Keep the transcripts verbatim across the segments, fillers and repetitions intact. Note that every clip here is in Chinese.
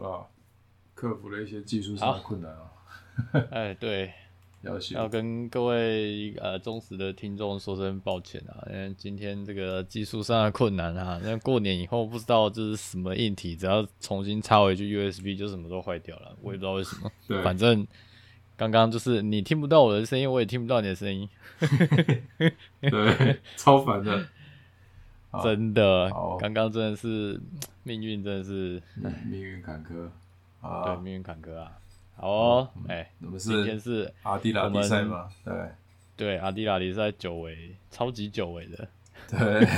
啊，克服了一些技术上的困难啊。 哎，对， 要要跟各位呃忠实的听众说声抱歉啊，因为今天这个技术上的困难啊，那过年以后不知道这是什么硬体，只要重新插回去 U S B 就什么都坏掉了，我也不知道为什么。 对， 反正刚刚就是你听不到我的声音，我也听不到你的声音。 对，超烦的。 真的，刚刚真的是命运，真的是命运坎坷啊！ 对，命运坎坷啊！好哦，哎、 嗯欸， 今天是阿迪拉比赛嘛？对对，阿迪拉比赛久违，超级久违的。 对，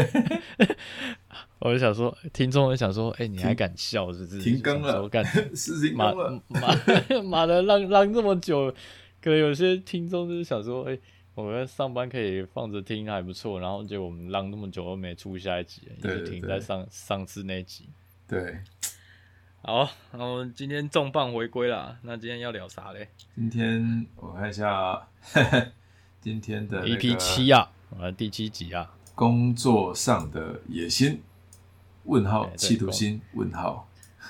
我就想说，听众就想说，哎、欸，你还敢笑是不是？ 停更了， 干是停更了， 妈妈的，让让这么久，可能有些听众就是想说，哎、欸。我们上班可以放着听还不错，然后结果我们浪那么久都没出下一集，一直停在上上次那集。 对， 好，然后今天重磅回归啦，那今天要聊啥嘞？ 今天我看一下，今天的 E P 七啊，啊第七集啊， 工作上的野心？问号，企图心？问号。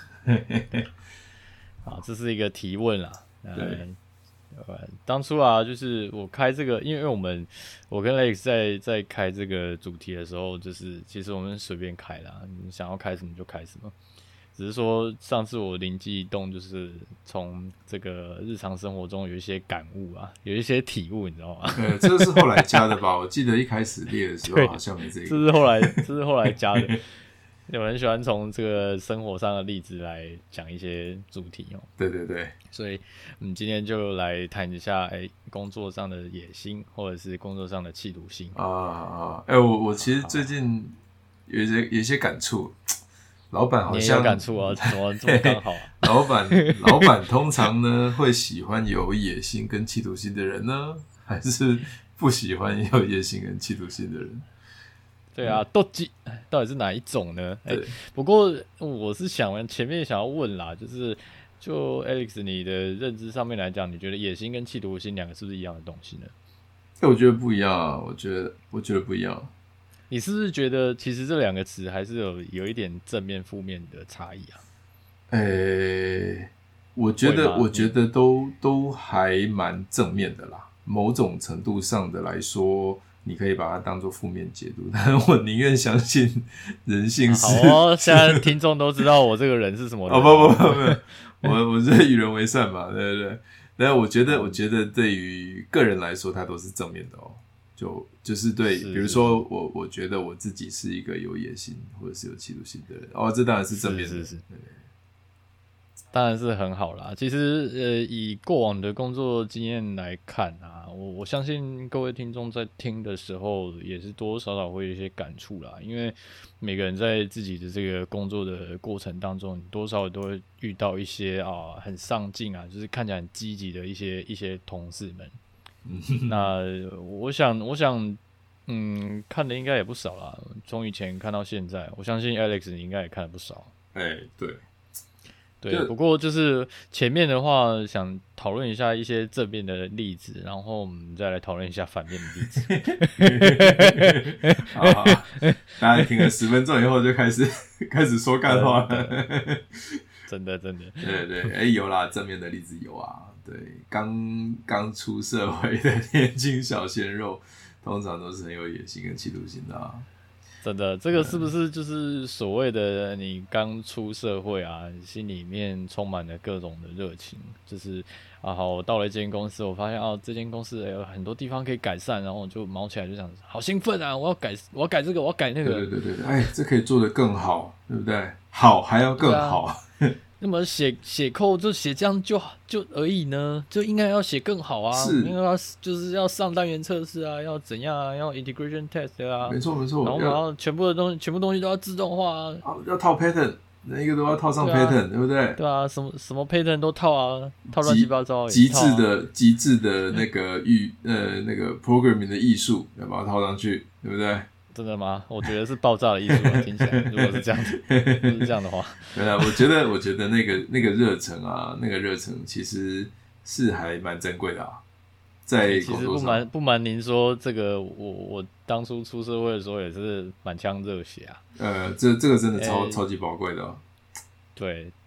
好，这是一个提问啦。 对。 呃，当初啊，就是我开这个，因为我们我跟 Alex 在在开这个主题的时候，就是其实我们随便开啦，你想要开什么就开什么。只是说上次我灵机一动，就是从这个日常生活中有一些感悟啊，有一些体悟，你知道吗？ 对，这是后来加的吧？我记得一开始列的时候好像没这个。 这是后来，这是后来加的。有人喜欢从这个生活上的例子来讲一些主题哦。 对对对， 所以我们今天就来谈一下，哎、欸，工作上的野心，或者是工作上的企图心啊啊！哎、欸，我我其实最近有一些有一些感触，老板好像你也有感触啊，怎么这么刚好啊？ 老板老板通常呢会喜欢有野心跟企图心的人呢，还是不喜欢有野心跟企图心的人？ 对啊，到底到底是哪一种呢？哎、欸，不过我是想前面想要问啦，就是就 Alex 你的认知上面来讲，你觉得野心跟企图心两个是不是一样的东西呢？ 欸、我觉得不一样啊，我觉得我觉得不一样。 你是不是觉得其实这两个词还是有有一点正面负面的差异啊？ 诶、欸，我觉得我觉得都都还蛮正面的啦，某种程度上的来说。你可以把它当作负面解读，但是我宁愿相信人性是、 啊。好哦，现在听众都知道我这个人是什么人。 哦不不不不，我我是与人为善嘛，对对对。但我觉得，我觉得对于个人来说，它都是正面的哦。就就是对，比如说我我觉得我自己是一个有野心或者是有企图心的人，哦，这当然是正面的。 是是是。当然是很好啦。其实，呃，以过往的工作经验来看啊，我我相信各位听众在听的时候，也是多多少少会有一些感触啦。因为每个人在自己的这个工作的过程当中，多少都会遇到一些啊很上进啊，就是看起来很积极的一些一些同事们。那我想，我想，嗯，看的应该也不少啦。从以前看到现在，我相信 Alex 你应该也看了不少。 哎、欸，对。 对，不过就是前面的话，想讨论一下一些正面的例子，然后我们再来讨论一下反面的例子。 好好，大家听了十分钟以后就开始开始说干话了。 真的真的， 对对，哎、欸，有啦，正面的例子有啊。对，刚刚出社会的年轻小鲜肉，通常都是很有野心跟企图心的啊。 真的，这个是不是就是所谓的你刚出社会啊，心里面充满了各种的热情，就是啊，好，我到了一间公司，我发现啊，这间公司有很多地方可以改善，然后我就毛起来就想，好兴奋啊，我要改，我要改这个，我要改那个。 对对对对，哎，这可以做得更好，对不对？好还要更好。 那么写写扣就写这样就就而已呢，就应该要写更好啊， 是， 应该要就是要上单元测试啊，要怎样啊，要 integration test 啊， 没错没错， 然后然后全部的东西全部东西都要自动化啊， 要套 pattern， 每一个都要套上 pattern， 对,、啊、对不对？ 对啊，什么什么 pattern 都套啊，套乱七八糟， 极致的极致的那个艺呃那个 programming 的艺术，要把它套上去，对不对？ 真的吗？我觉得是爆炸的艺术啊，听起来如果是这样子，如果是这样的话， 对啊，我觉得我觉得那个那个热忱啊，那个热忱其实是还蛮珍贵的啊。在其实不瞒不瞒您说，这个我我当初出社会的时候也是满腔热血啊。 呃，这这个真的超、欸、超级宝贵的、哦。 对，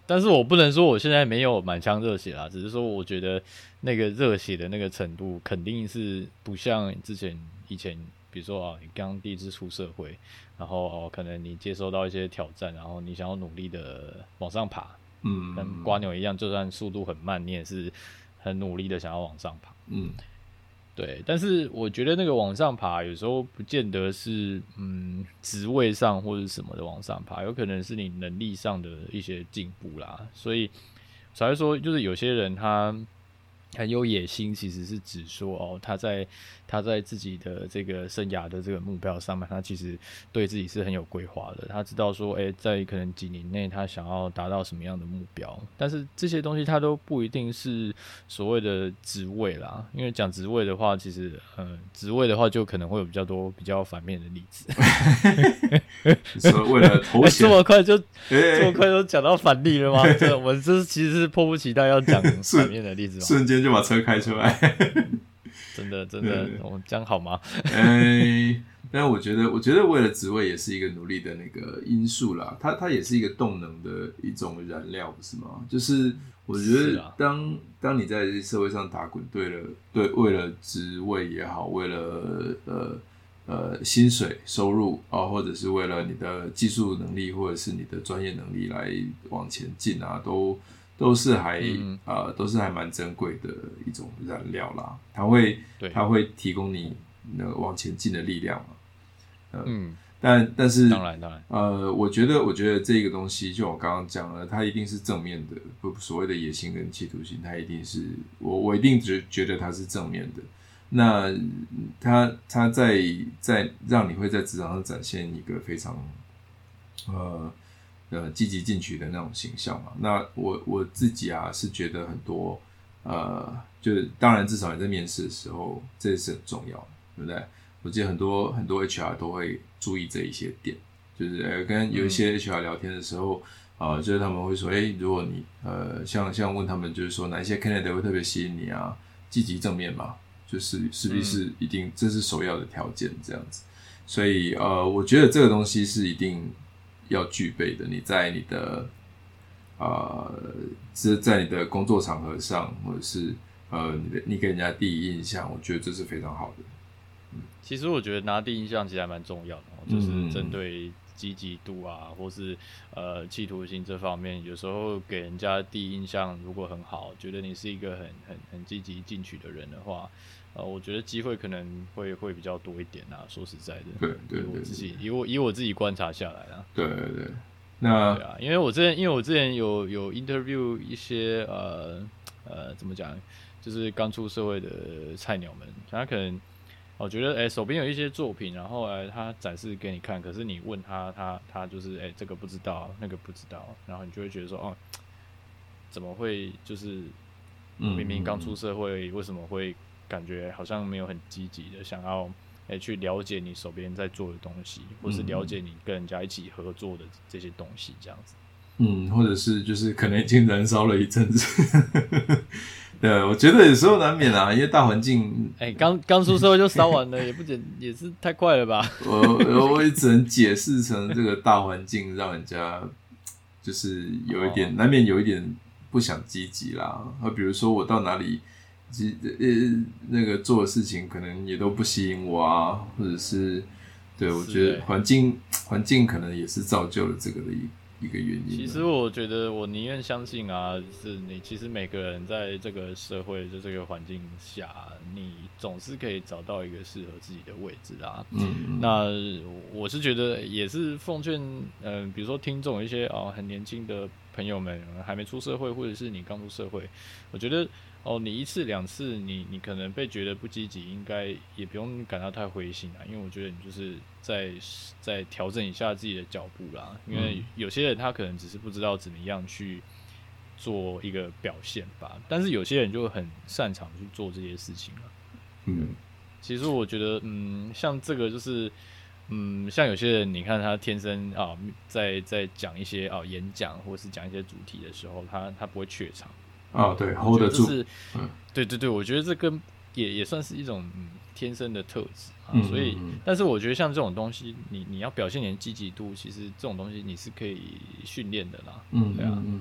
但是我不能说我现在没有满腔热血啦，只是说我觉得那个热血的那个程度肯定是不像之前以前，比如说啊，你刚第一次出社会，然后哦，可能你接收到一些挑战，然后你想要努力的往上爬， 嗯， 跟瓜牛一样，就算速度很慢，你也是很努力的想要往上爬， 嗯。 对，但是我觉得那个往上爬有时候不见得是嗯职位上或者什么的往上爬，有可能是你能力上的一些进步啦。所以才会说，就是有些人他很有野心，其实是指说哦，他在他在自己的这个生涯的这个目标上面，他其实对自己是很有规划的。他知道说，哎、欸，在可能几年内他想要达到什么样的目标，但是这些东西他都不一定是所谓的职位啦。因为讲职位的话，其实呃，职位的话就可能会有比较多比较反面的例子。 说为了头衔、 欸，这么快就、欸、这么快就讲到反例了吗？这我们这其实是迫不及待要讲反面的例子吗？ 瞬间就把车开出来。 真的真的，我们这样好吗？ 哎，但我觉得，我觉得为了职位也是一个努力的那个因素啦。它它也是一个动能的一种燃料，不是吗？就是我觉得当，当当你在社会上打滚，对了，对，为了职位也好，为了呃呃薪水收入啊，或者是为了你的技术能力，或者是你的专业能力来往前进啊，都。都是还、嗯、呃都是还蛮珍贵的一种燃料啦，它会它会提供你那个往前进的力量嘛，呃、嗯，但但是当然当然， 呃，我觉得我觉得这个东西，就我刚刚讲了，它一定是正面的，不所谓的野心跟企图心，它一定是我我一定觉觉得它是正面的。那它它在在让你会在职场上展现一个非常呃。呃，积极进取的那种形象嘛。那我我自己啊，是觉得很多，呃，就是当然至少你在面试的时候，这也是很重要的，对不对？我记得很多很多 H R 都会注意这一些点，就是呃跟有一些 H R 聊天的时候，啊、呃，就是他们会说，哎，如果你呃像像问他们，就是说哪一些 candidate 会特别吸引你啊？积极正面嘛，就是势必是一定，这是首要的条件，这样子。所以呃，我觉得这个东西是一定要具备的，你在你的呃，是在你的工作场合上，或者是呃，你的你给人家第一印象，我觉得这是非常好的。 嗯、其实我觉得拿第一印象其实还蛮重要的、哦，就是针对积极度啊，或是呃企图心这方面，有时候给人家第一印象如果很好，觉得你是一个很很很积极进取的人的话。呃，我觉得机会可能会会比较多一点啊。说实在的， 对对对， 以我自己以我以我自己观察下来啊， 对对对，那对啊，因为我之前因为我之前有有 interview 一些呃呃怎么讲，就是刚出社会的菜鸟们，他可能我觉得哎、欸、手边有一些作品，然后来他展示给你看，可是你问他他他就是哎、欸、这个不知道，那个不知道，然后你就会觉得说哦，怎么会就是明明刚出社会，为什么会？感觉好像没有很积极的想要、欸、去了解你手边在做的东西，或是了解你跟人家一起合作的这些东西，这样子。 嗯，或者是就是可能已经燃烧了一阵子。对，我觉得有时候难免啊，因为大环境， 哎、欸，刚刚出社会就烧完了，也不简也是太快了吧？ 我我也只能解释成这个大环境让人家就是有一点、哦、难免有一点不想积极啦。啊，比如说我到哪里。呃，那个做的事情可能也都不吸引我啊，或者是对我觉得环境环境可能也是造就了这个的一一个原因。 其实我觉得我宁愿相信啊，是你其实每个人在这个社会的这个环境下，你总是可以找到一个适合自己的位置啦。嗯，那我是觉得也是奉劝，嗯、呃，比如说听众一些啊很年轻的朋友们，还没出社会，或者是你刚出社会，我觉得。哦，你一次两次你，你你可能被觉得不积极，应该也不用感到太灰心啦，因为我觉得你就是在在调整一下自己的脚步啦。因为有些人他可能只是不知道怎么样去做一个表现吧，但是有些人就很擅长去做这些事情了。嗯，其实我觉得，嗯，像这个就是，嗯，像有些人，你看他天生啊，在在讲一些啊演讲或是讲一些主题的时候，他他不会怯场。 啊、哦，对 ，hold 得住， 嗯，对对对，我觉得这跟也也算是一种、嗯、天生的特质啊，嗯、所以，但是我觉得像这种东西，你你要表现你的积极度，其实这种东西你是可以训练的啦，嗯，对啊，嗯，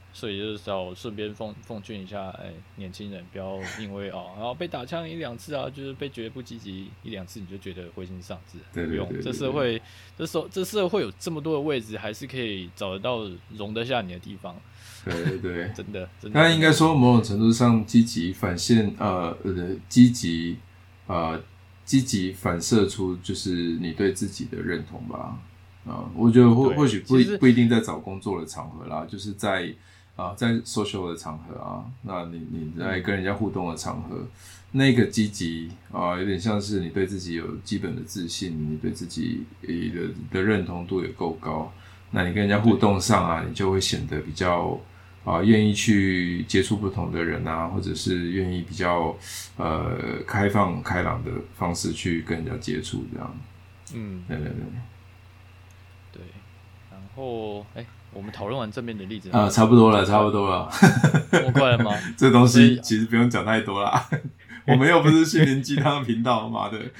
所以就是要顺便奉奉劝一下，哎，年轻人不要因为哦，然后被打枪一两次啊，就是被觉得不积极一两次，你就觉得灰心丧志。 对对对对对， 不用，这社会，这社这社会有这么多的位置，还是可以找得到容得下你的地方。 对对对， 真的，真的。 那应该说某种程度上，积极反现呃呃积极呃积极反射出就是你对自己的认同吧。啊、呃，我觉得或或许不不一定在找工作的场合啦，就是在啊、呃、在 social 的场合啊，那你你在跟人家互动的场合，嗯、那个积极啊、呃，有点像是你对自己有基本的自信，你对自己的的认同度也够高，那你跟人家互动上啊，你就会显得比较啊愿意去接触不同的人啊，或者是愿意比较呃开放开朗的方式去跟人家接触这样。嗯，对对对。 对，然后哎，我们讨论完正面的例子啊、呃，差不多了，差不多了。 这么快了吗？ 这东西其实不用讲太多啦，我们又不是心灵鸡汤频道，妈的。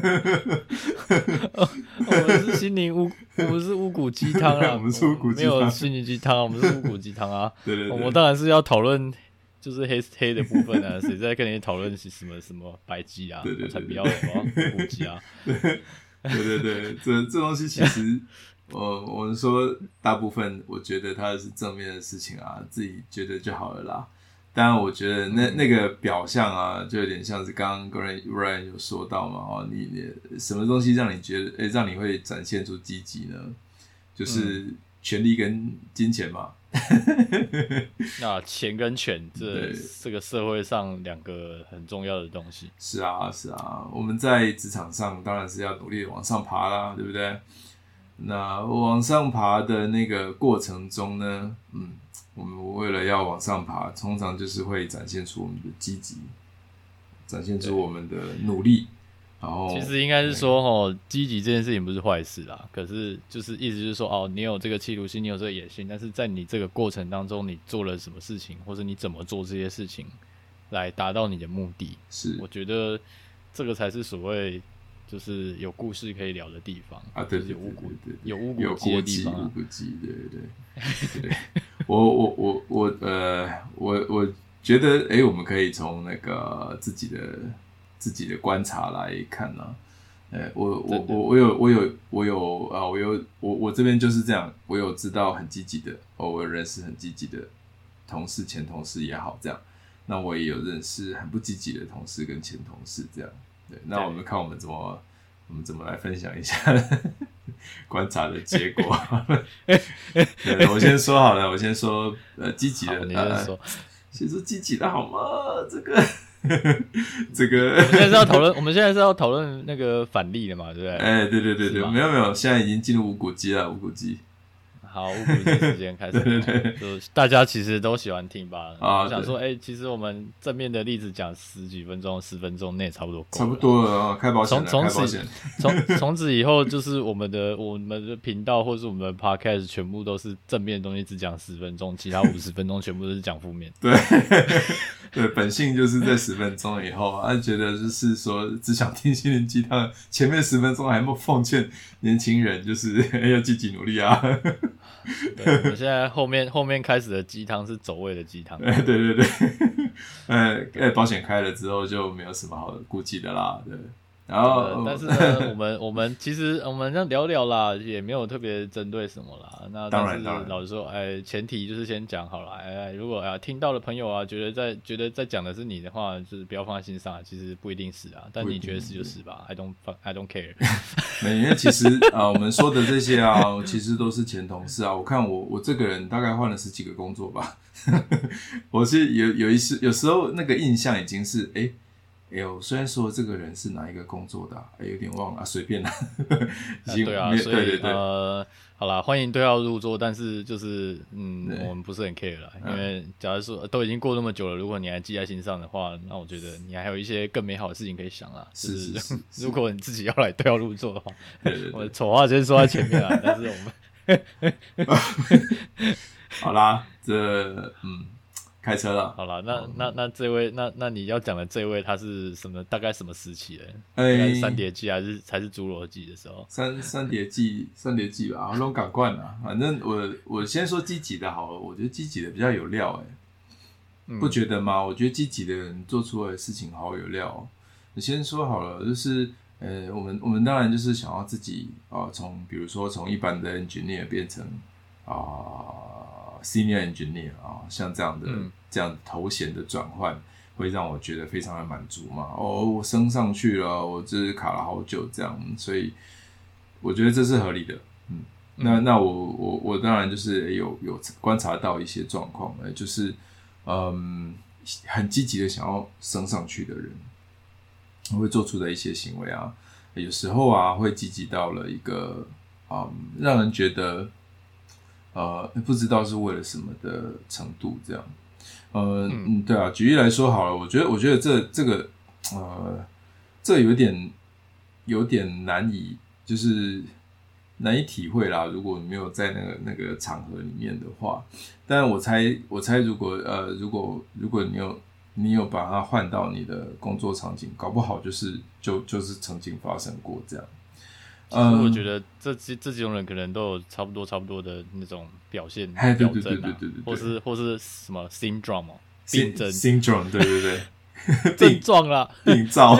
我们是心灵乌，我们是乌骨鸡汤啊， 我们是乌骨鸡汤， 没有心灵鸡汤，我们是乌骨鸡汤啊。 对对对， 我们当然是要讨论就是黑黑的部分啊，谁在跟你讨论什么什么白鸡啊？ 对对对对， 我才不要了，乌骨鸡啊。 对对对，这这东西其实。我我们说大部分，我觉得它是正面的事情啊，自己觉得就好了啦。当然，我觉得那那个表象啊，就有点像是刚刚 Ryan 有说到嘛，哦，你你什么东西让你觉得，诶，让你会展现出积极呢？就是权力跟金钱嘛。 那钱跟权，这这个社会上两个很重要的东西。 是啊，是啊，我们在职场上当然是要努力往上爬啦，对不对？那往上爬的那个过程中呢，嗯，我们为了要往上爬，通常就是会展现出我们的积极，展现出我们的努力。然后， 其实应该是说，哦，积极这件事情不是坏事啦。可是就是意思就是说，哦，你有这个企图心，你有这个野心，但是在你这个过程当中，你做了什么事情，或者你怎么做这些事情，来达到你的目的。 是， 我觉得这个才是所谓。就是有故事可以聊的地方啊，对对对对对， 有乌骨有乌骨鸡的地方、啊， 乌骨鸡，对对对。对我我我我呃，我我觉得，哎、欸，我们可以从那个自己的自己的观察来看呢、啊。呃，我我我我有我有我有啊，我有我我这边就是这样，我有知道很积极的，哦，我有认识很积极的同事、前同事也好，这样。那我也有认识很不积极的同事跟前同事，这样。对，那我们看我们怎么，我们怎么来分享一下观察的结果。对，我先说好了，我先说，呃，积极的， 你先说， 先说积极的好吗？这个，这个， 我们现在是要讨论，我们现在是要讨论那个反例的嘛，对不对？ 哎、欸，对对对对，没有没有，现在已经进入无骨鸡了，无骨鸡。 好，乌骨鸡时间开始， 对对对， 就大家其实都喜欢听吧。 啊， 我想说，哎、欸，其实我们正面的例子讲十几分钟、十分钟，那也差不多够了。 差不多了啊，开保险了， 从从此从从此以后，就是我们的我们的频道或是我们的 podcast 全部都是正面的东西，只讲十分钟，其他五十分钟全部都是讲负面。 对对，本性就是在十分钟以后啊，觉得就是说只想听心灵鸡汤，前面十分钟还奉劝年轻人就是要积极努力啊。 对，我们现在后面后面开始的鸡汤是走位的鸡汤。 对对对，呃，呃，保险开了之后就没有什么好顾忌的啦，对。然后， 呃、但是呢，我们我们其实我们这样聊聊啦，也没有特别针对什么啦。那但是老实说，哎，前提就是先讲好了。哎，如果啊听到的朋友啊，觉得在觉得在讲的是你的话，就是不要放在心上，其实不一定是啊。但你觉得是就是吧 ，I don't I don't care 。 没，因为其实啊、呃，我们说的这些啊，其实都是前同事啊。我看我我这个人大概换了十几个工作吧。我是有有一次有时候那个印象已经是哎。哎呦，虽然说这个人是哪一个工作的、啊，哎，有点忘了，啊、随便啦。 啊对啊，所以对对对呃，好啦，欢迎对号入座，但是就是嗯，我们不是很 care 啦，因为假如说都已经过那么久了，如果你还记在心上的话，那我觉得你还有一些更美好的事情可以想啦。 是是 是, 是, 是，如果你自己要来对号入座的话， 对对对我丑话先说在前面啦，但是我们好啦，这嗯。 开车了。 好了，那、嗯、那那这位，那那你要讲的这位，他是什么？大概什么时期的？ 哎、 大概是三叠纪还是还是侏罗纪的时候？ 三三叠纪，三叠纪吧，那种感冠啊。反正我我先说积极的好了，我觉得积极的比较有料哎、欸，不觉得吗？我觉得积极的人做出来的事情好有料、喔。你先说好了，就是呃，我们我们当然就是想要自己啊，从、呃、比如说从一般的 engineer 变成啊、呃、senior engineer 啊，像这样的、嗯、这样头衔的转换，会让我觉得非常的满足嘛。哦，我升上去了，我这卡了好久这样，所以我觉得这是合理的。嗯，那那我我我当然就是有有观察到一些状况，就是嗯，很积极的想要升上去的人。会做出的一些行为啊，有时候啊会积极到了一个嗯，让人觉得呃不知道是为了什么的程度，这样。呃嗯，对啊，举例来说好了，我觉得我觉得这这个呃这有点有点难以就是难以体会啦。如果你没有在那个那个场合里面的话，但我猜我猜如果呃如果如果你有。你有把它换到你的工作场景，搞不好就是就就是曾经发生过这样。 其实我觉得这这几种人可能都有差不多差不多的那种表现表征啊，或是或是什么 syndrome 哦，病症 syndrome， 对对对， 症状啦， 病灶。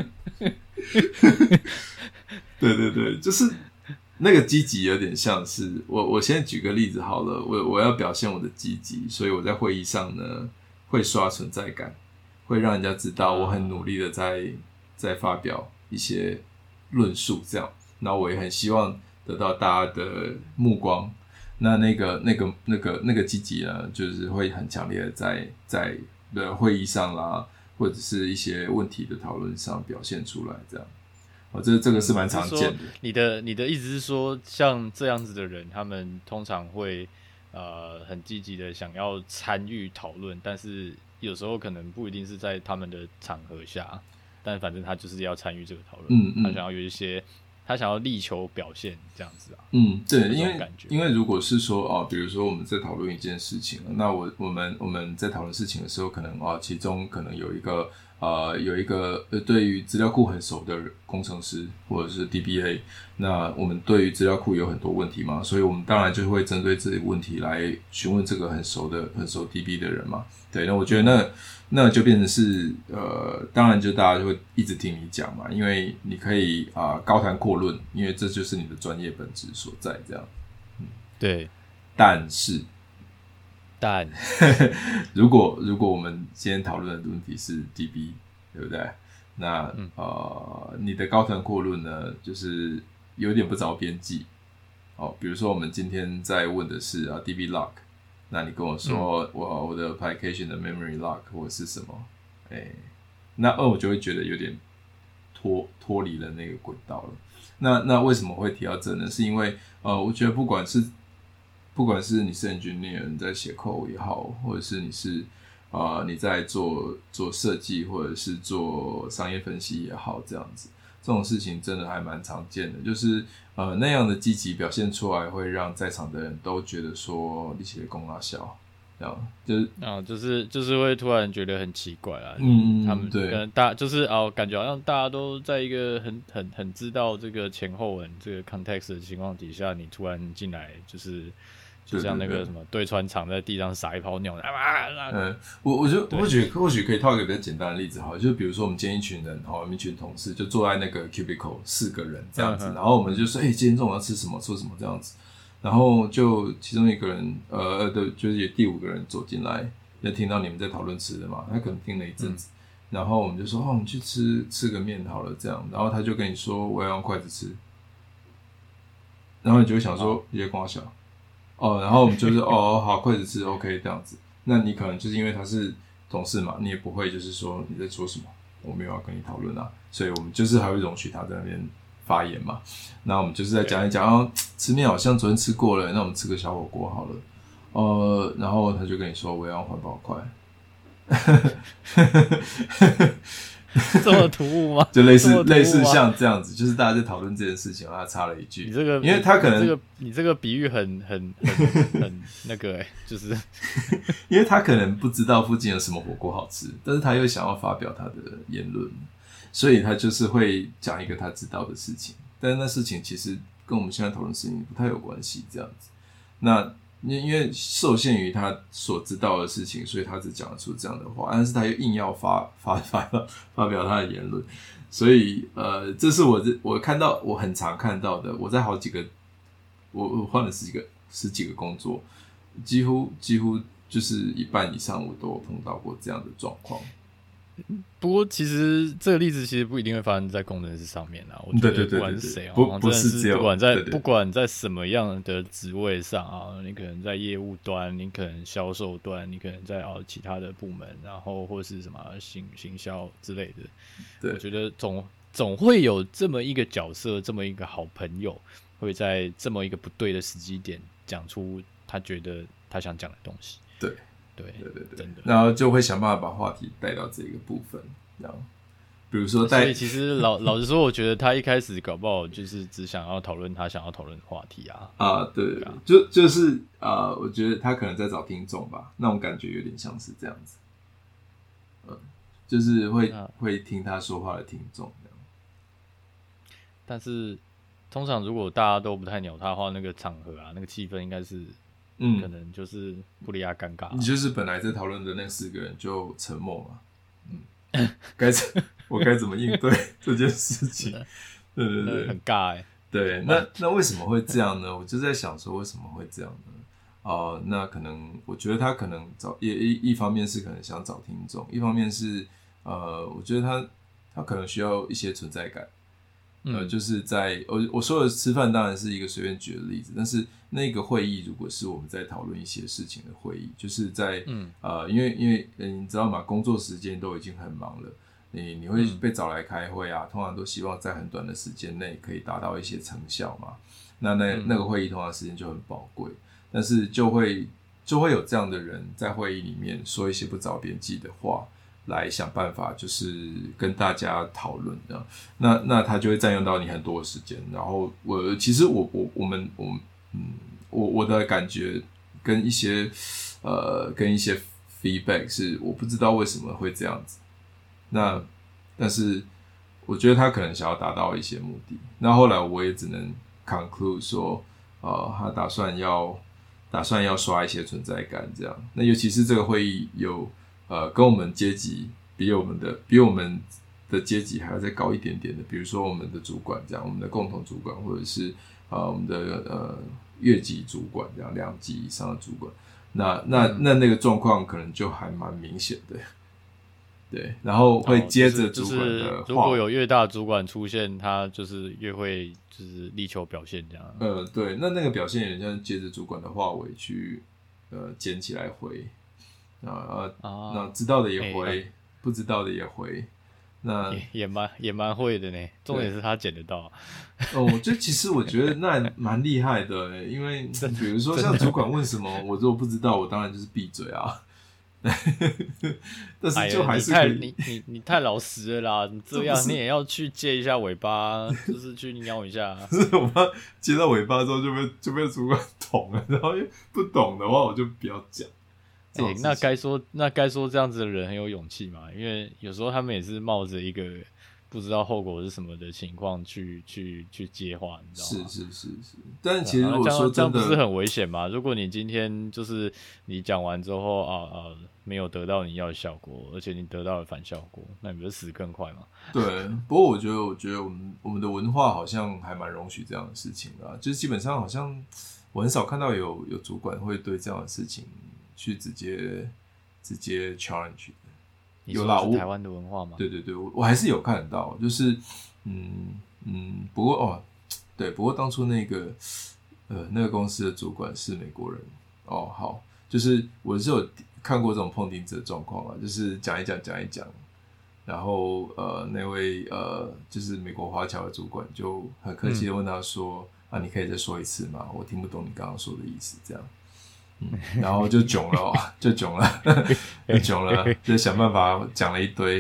对对对，就是那个积极有点像是我我先举个例子好了，我我要表现我的积极，所以我在会议上呢。会刷存在感，会让人家知道我很努力的在在发表一些论述，这样，那我也很希望得到大家的目光。那那个那个那个那个积极呢，就是会很强烈的在在的会议上啦，或者是一些问题的讨论上表现出来，这样。哦，这这个是蛮常见的。 你的你的意思是说，像这样子的人，他们通常会。呃，很积极的想要参与讨论，但是有时候可能不一定是在他们的场合下，但反正他就是要参与这个讨论，嗯嗯，他想要有一些，他想要力求表现这样子啊， 嗯，对，因为因为如果是说哦，比如说我们在讨论一件事情，那我我们我们在讨论事情的时候，可能哦，其中可能有一个。呃，有一个呃，对于资料库很熟的工程师或者是 D B A， 那我们对于资料库有很多问题嘛，所以我们当然就会针对这个问题来询问这个很熟的、很熟 D B 的人嘛。对，那我觉得那那就变成是呃，当然就大家就会一直听你讲嘛，因为你可以啊、呃、高谈阔论，因为这就是你的专业本质所在，这样。 嗯，对， 但是。 但如果如果我们今天讨论的问题是 D B， 对不对？那、嗯、呃，你的高谈阔论呢，就是有点不着边际。哦，比如说我们今天在问的是啊 D B lock， 那你跟我说、嗯、我我的 application 的 memory lock 或者是什么，哎，那二我就会觉得有点脱脱离了那个轨道了。那那为什么会提到这呢？是因为呃，我觉得不管是不管是你是 engineer 你在写 code 也好，或者是你是啊、呃、你在做做设计或者是做商业分析也好，这样子这种事情真的还蛮常见的，就是呃那样的积极表现出来，会让在场的人都觉得说你写功拉小，这样就是啊，就是就是会突然觉得很奇怪啦， 嗯， 他们对， 大就是哦，感觉好像大家都在一个很很很知道这个前后文这个 context 的情况底下，你突然进来就是。就像那个什么对穿肠在地上撒一泡尿，啊啊！ 嗯，我我就或许或许可以套一个比较简单的例子哈，就比如说我们今天一群人哈，一群同事就坐在那个 cubicle 四个人这样子，嗯、然后我们就说，哎、欸，今天中午要吃什么？吃什么这样子？然后就其中一个人，呃，对，就是有第五个人走进来，就听到你们在讨论吃的嘛，他可能听了一阵子，嗯、然后我们就说，哦，我们去吃吃个面好了这样，然后他就跟你说，我要用筷子吃，然后你就会想说，你在跟我小。哦，然后我们就是哦，好，筷子吃 OK 这样子。那你可能就是因为他是同事嘛，你也不会就是说你在说什么，我没有要跟你讨论啊，所以我们就是还会容许他在那边发言嘛。那我们就是在讲一讲，哦，吃面好像昨天吃过了，那我们吃个小火锅好了。呃，然后他就跟你说我要用环保筷。 这么突兀吗？ 就类似类似像这样子，就是大家在讨论这件事情，然后他插了一句， 你这个， 因为他可能你这个你这个比喻很很很很那个哎、欸，就是因为他可能不知道附近有什么火锅好吃，但是他又想要发表他的言论，所以他就是会讲一个他知道的事情，但是那事情其实跟我们现在讨论的事情不太有关系，这样子。那因为受限于他所知道的事情，所以他只讲得出这样的话，但是他又硬要发发发发表他的言论，所以呃，这是我我看到我很常看到的。我在好几个我我换了十几个十几个工作，几乎几乎就是一半以上我都有碰到过这样的状况。 不过，其实这个例子其实不一定会发生在工程师上面啊。我觉得不管是谁啊， 不不是只有不管在对对不管在什么样的职位上啊，你可能在业务端，你可能销售端，你可能在哦其他的部门，然后或是什么行行销之类的。 对， 我觉得总总会有这么一个角色，这么一个好朋友，会在这么一个不对的时机点讲出他觉得他想讲的东西。 对。 对对对对， 真的， 然后就会想办法把话题带到这个部分，这样，比如说带， 所以其实老老实说，我觉得他一开始搞不好就是只想要讨论他想要讨论的话题啊。 啊、呃，对，对啊，就就是啊、呃，我觉得他可能在找听众吧，那种感觉有点像是这样子，嗯，就是会、啊、会听他说话的听众这样。 但是通常如果大家都不太鸟他的话，那个场合啊，那个气氛应该是。嗯，可能就是不利亚尴尬、啊。 你就是本来在讨论的那四个人就沉默嘛，嗯，该我该怎么应对这件事情？对对对， 很尬哎、欸。 对，那那为什么会这样呢？我就在想说，为什么会这样呢？哦、呃，那可能我觉得他可能找一一一方面是可能想找听众，一方面是呃，我觉得他他可能需要一些存在感。呃，就是在我我说的吃饭当然是一个随便举的例子，但是那个会议如果是我们在讨论一些事情的会议，就是在、嗯、呃，因为因为你知道吗？工作时间都已经很忙了，你你会被找来开会啊，通常都希望在很短的时间内可以达到一些成效嘛。那那那个会议通常时间就很宝贵，但是就会就会有这样的人在会议里面说一些不着边际的话。来想办法，就是跟大家讨论这样，那那他就会占用到你很多的时间。然后我其实我我我们我嗯我我的感觉跟一些呃跟一些 feedback 是我不知道为什么会这样子。那但是我觉得他可能想要达到一些目的。那后来我也只能 conclude 说，呃，他打算要打算要刷一些存在感这样。那尤其是这个会议有。呃，跟我们阶级比我们的比我们的阶级还要再高一点点的，比如说我们的主管这样，我们的共同主管，或者是呃我们的呃越级主管这样，两级以上的主管，那那那那个状况可能就还蛮明显的，对，然后会接着主管的话、 哦就是就是、如果有越大主管出现，他就是越会就是力求表现这样。 呃，对，那那个表现有点像接着主管的话尾去呃捡起来回。啊啊，那知道的也回，欸、不知道的也回，那也也蛮也蛮会的呢。重点是他捡得到。 哦，就其实我觉得那蛮厉害的、欸，因为比如说像主管问什么，我如果不知道，我当然就是闭嘴啊。但是就还是可以、 哎、你太你你你太老实了啦！你这样你也要去接一下尾巴，就是去瞄一下。 是我怕接到尾巴之后就被就被主管捅了，然后不懂的话我就不要讲。 欸、那该说那该说这样子的人很有勇气嘛？因为有时候他们也是冒着一个不知道后果是什么的情况去去去接话，你知道吗？ 是是是是，但其实我说真的， 这样不是很危险吗？如果你今天就是你讲完之后啊啊没有得到你要的效果，而且你得到了反效果，那你不是死更快吗？ 对，不过我觉得我觉得我们我们的文化好像还蛮容许这样的事情的，就是基本上好像我很少看到有有主管会对这样的事情。去直接直接 challenge 的，有啦， 你说是台湾的文化吗？ 对对对，我我还是有看到，就是嗯嗯，不过哦，对，不过当初那个呃那个公司的主管是美国人哦，好，就是我是有看过这种碰钉子的状况啊，就是讲一讲讲一讲，然后呃那位呃就是美国华侨的主管就很客气的问他说、嗯、啊，你可以再说一次吗？我听不懂你刚刚说的意思，这样。嗯、然后就囧了、哦，就囧了，就囧了，就想办法讲了一堆，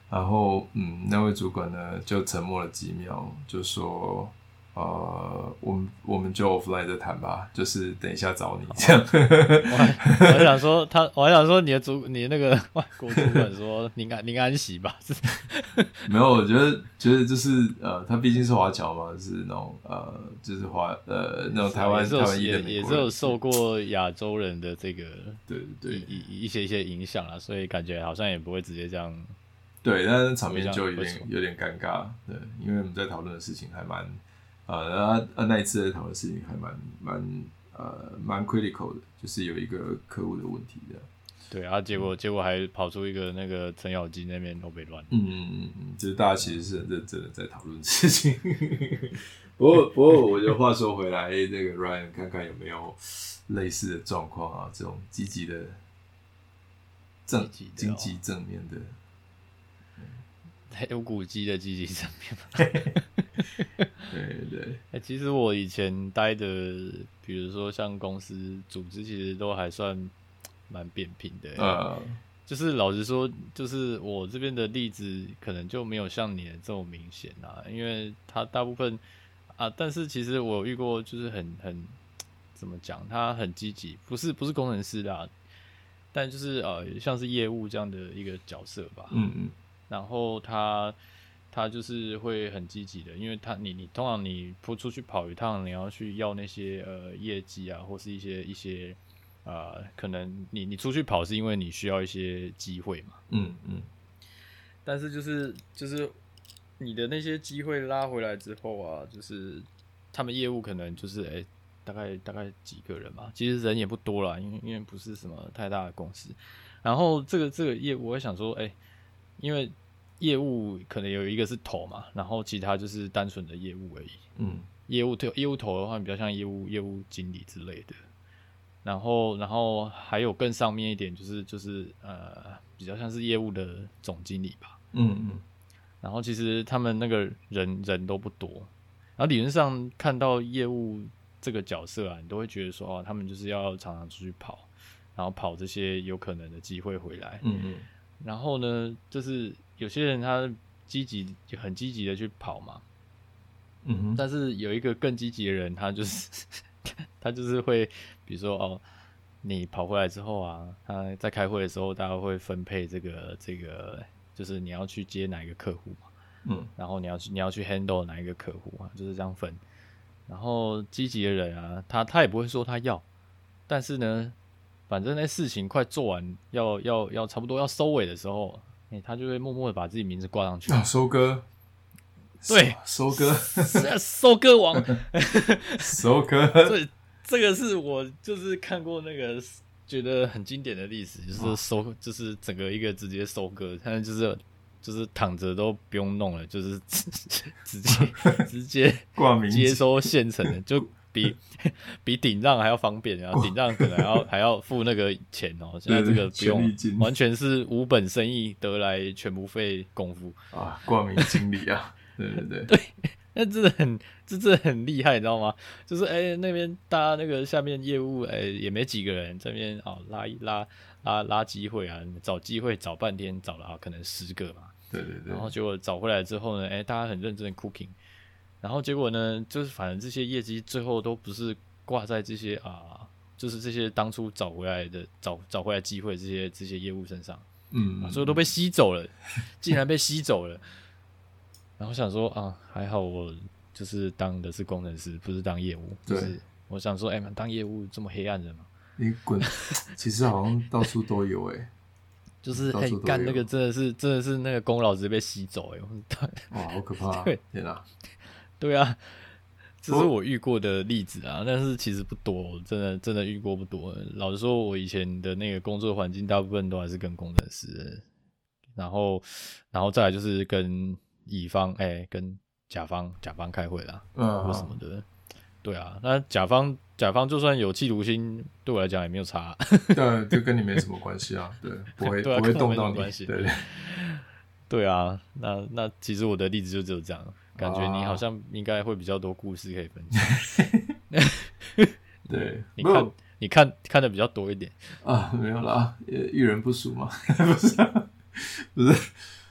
然后嗯，那位主管呢就沉默了几秒，就说。呃，我们我们就 offline 再谈吧，就是等一下找你这样。 我还我还想说他，我还想说你的主，你的那个外国主管说您安您安息吧。 没有，我觉得觉得就是呃，他毕竟是华侨嘛，是那种呃，就是华呃那种台湾台湾裔的美国人， 也是有受过亚洲人的这个对对一一些一些影响啦，所以感觉好像也不会直接这样。 对，但是场面就有点有点尴尬，对，因为我们在讨论的事情还蛮。呃，那那一次在讨论的事情还蛮蛮呃蛮 critical 的，就是有一个客户的问题的。 对啊，结果、嗯、结果还跑出一个那个程咬金那边都被乱。 嗯嗯嗯嗯，就是大家其实是很认真的在讨论事情。不过不过，我就话说回来，那个 Ryan 看看有没有类似的状况啊，这种积极的正积极正面的。 有古迹的积极正面嘛？ 对对、 欸，其实我以前待的，比如说像公司组织，其实都还算蛮扁平的、欸。 呃， 就是老实说，就是我这边的例子可能就没有像你的这么明显啊，因为他大部分啊，但是其实我有遇过，就是很很怎么讲，他很积极，不是不是工程师啦，但就是呃像是业务这样的一个角色吧。 嗯嗯。 然后他他就是会很积极的，因为他你你通常你不出去跑一趟，你要去要那些呃业绩啊，或是一些一些呃可能你你出去跑是因为你需要一些机会嘛， 嗯嗯， 但是就是就是你的那些机会拉回来之后啊，就是他们业务可能就是哎、欸、大概大概几个人嘛，其实人也不多啦，因为因为不是什么太大的公司，然后这个这个业务我会想说哎。欸因为业务可能有一个是头嘛，然后其他就是单纯的业务而已。 嗯， 业务业务头的话比较像业务业务经理之类的，然后然后还有更上面一点就是就是呃比较像是业务的总经理吧。 嗯嗯， 然后其实他们那个人人都不多，然后理论上看到业务这个角色啊，你都会觉得说哦，他们就是要常常出去跑，然后跑这些有可能的机会回来。 嗯嗯。 然后呢，就是有些人他积极，很积极的去跑嘛， 嗯哼。 但是有一个更积极的人，他就是他就是会，比如说哦，你跑回来之后啊，他在开会的时候，大家会分配这个这个，就是你要去接哪一个客户嘛， 嗯， 然后你要去你要去 handle 哪一个客户啊，就是这样分。然后积极的人啊，他他也不会说他要，但是呢。反正那事情快做完，要要要差不多要收尾的时候，欸、他就会默默的把自己名字挂上去。 啊，收割， 对， 收割， 收割王， 收割。 这这个是我就是看过那个觉得很经典的历史，就是收，哦、就是整个一个直接收割，他就是就是躺着都不用弄了，就是直接直接挂名接收现成的就。比比顶让还要方便，然后顶让可能还要还要付那个钱哦。现在这个不用，完全是无本生意得来全不费功夫啊！挂名经理啊，对对对， 对，那真的很，这真的很厉害，你知道吗？就是哎、欸，那边大家那个下面业务哎、欸、也没几个人，这边哦拉一拉拉拉机会啊，找机会找半天找了啊，可能十个嘛， 对对对， 然后结果找回来之后呢，哎、欸，大家很认真的 cooking。然后结果呢，就是反正这些业绩最后都不是挂在这些啊，就是这些当初找回来的找找回来机会这些这些业务身上， 嗯， 啊，所以都被吸走了，竟然被吸走了。然后想说啊，还好我就是当的是工程师，不是当业务。 对， 就是我想说，哎、欸，当业务这么黑暗的吗？ 你滚！其实好像到处都有哎、欸。 就是哎，干、欸、那个真的是真的是那个功劳直接被吸走哎、欸， 哇，好可怕、啊！ 对， 天哪！ 对啊，这是我遇过的例子啊，但是其实不多，真的真的遇过不多。老实说，我以前的那个工作环境，大部分都还是跟工程师，然后，然后再来就是跟乙方，哎、欸，跟甲方甲方开会啦， 嗯， 或什么的。对啊，那甲方甲方就算有企图心，对我来讲也没有差、啊。 对，就跟你没什么关系啊，对，不会、 对啊、 不会动到你， 关系。 对对。 对啊，那那其实我的例子就只有这样。感觉你好像应该会比较多故事可以分享。 对， 你看你看看的比较多一点啊，没有啦，遇人不淑嘛，不是、啊，不是，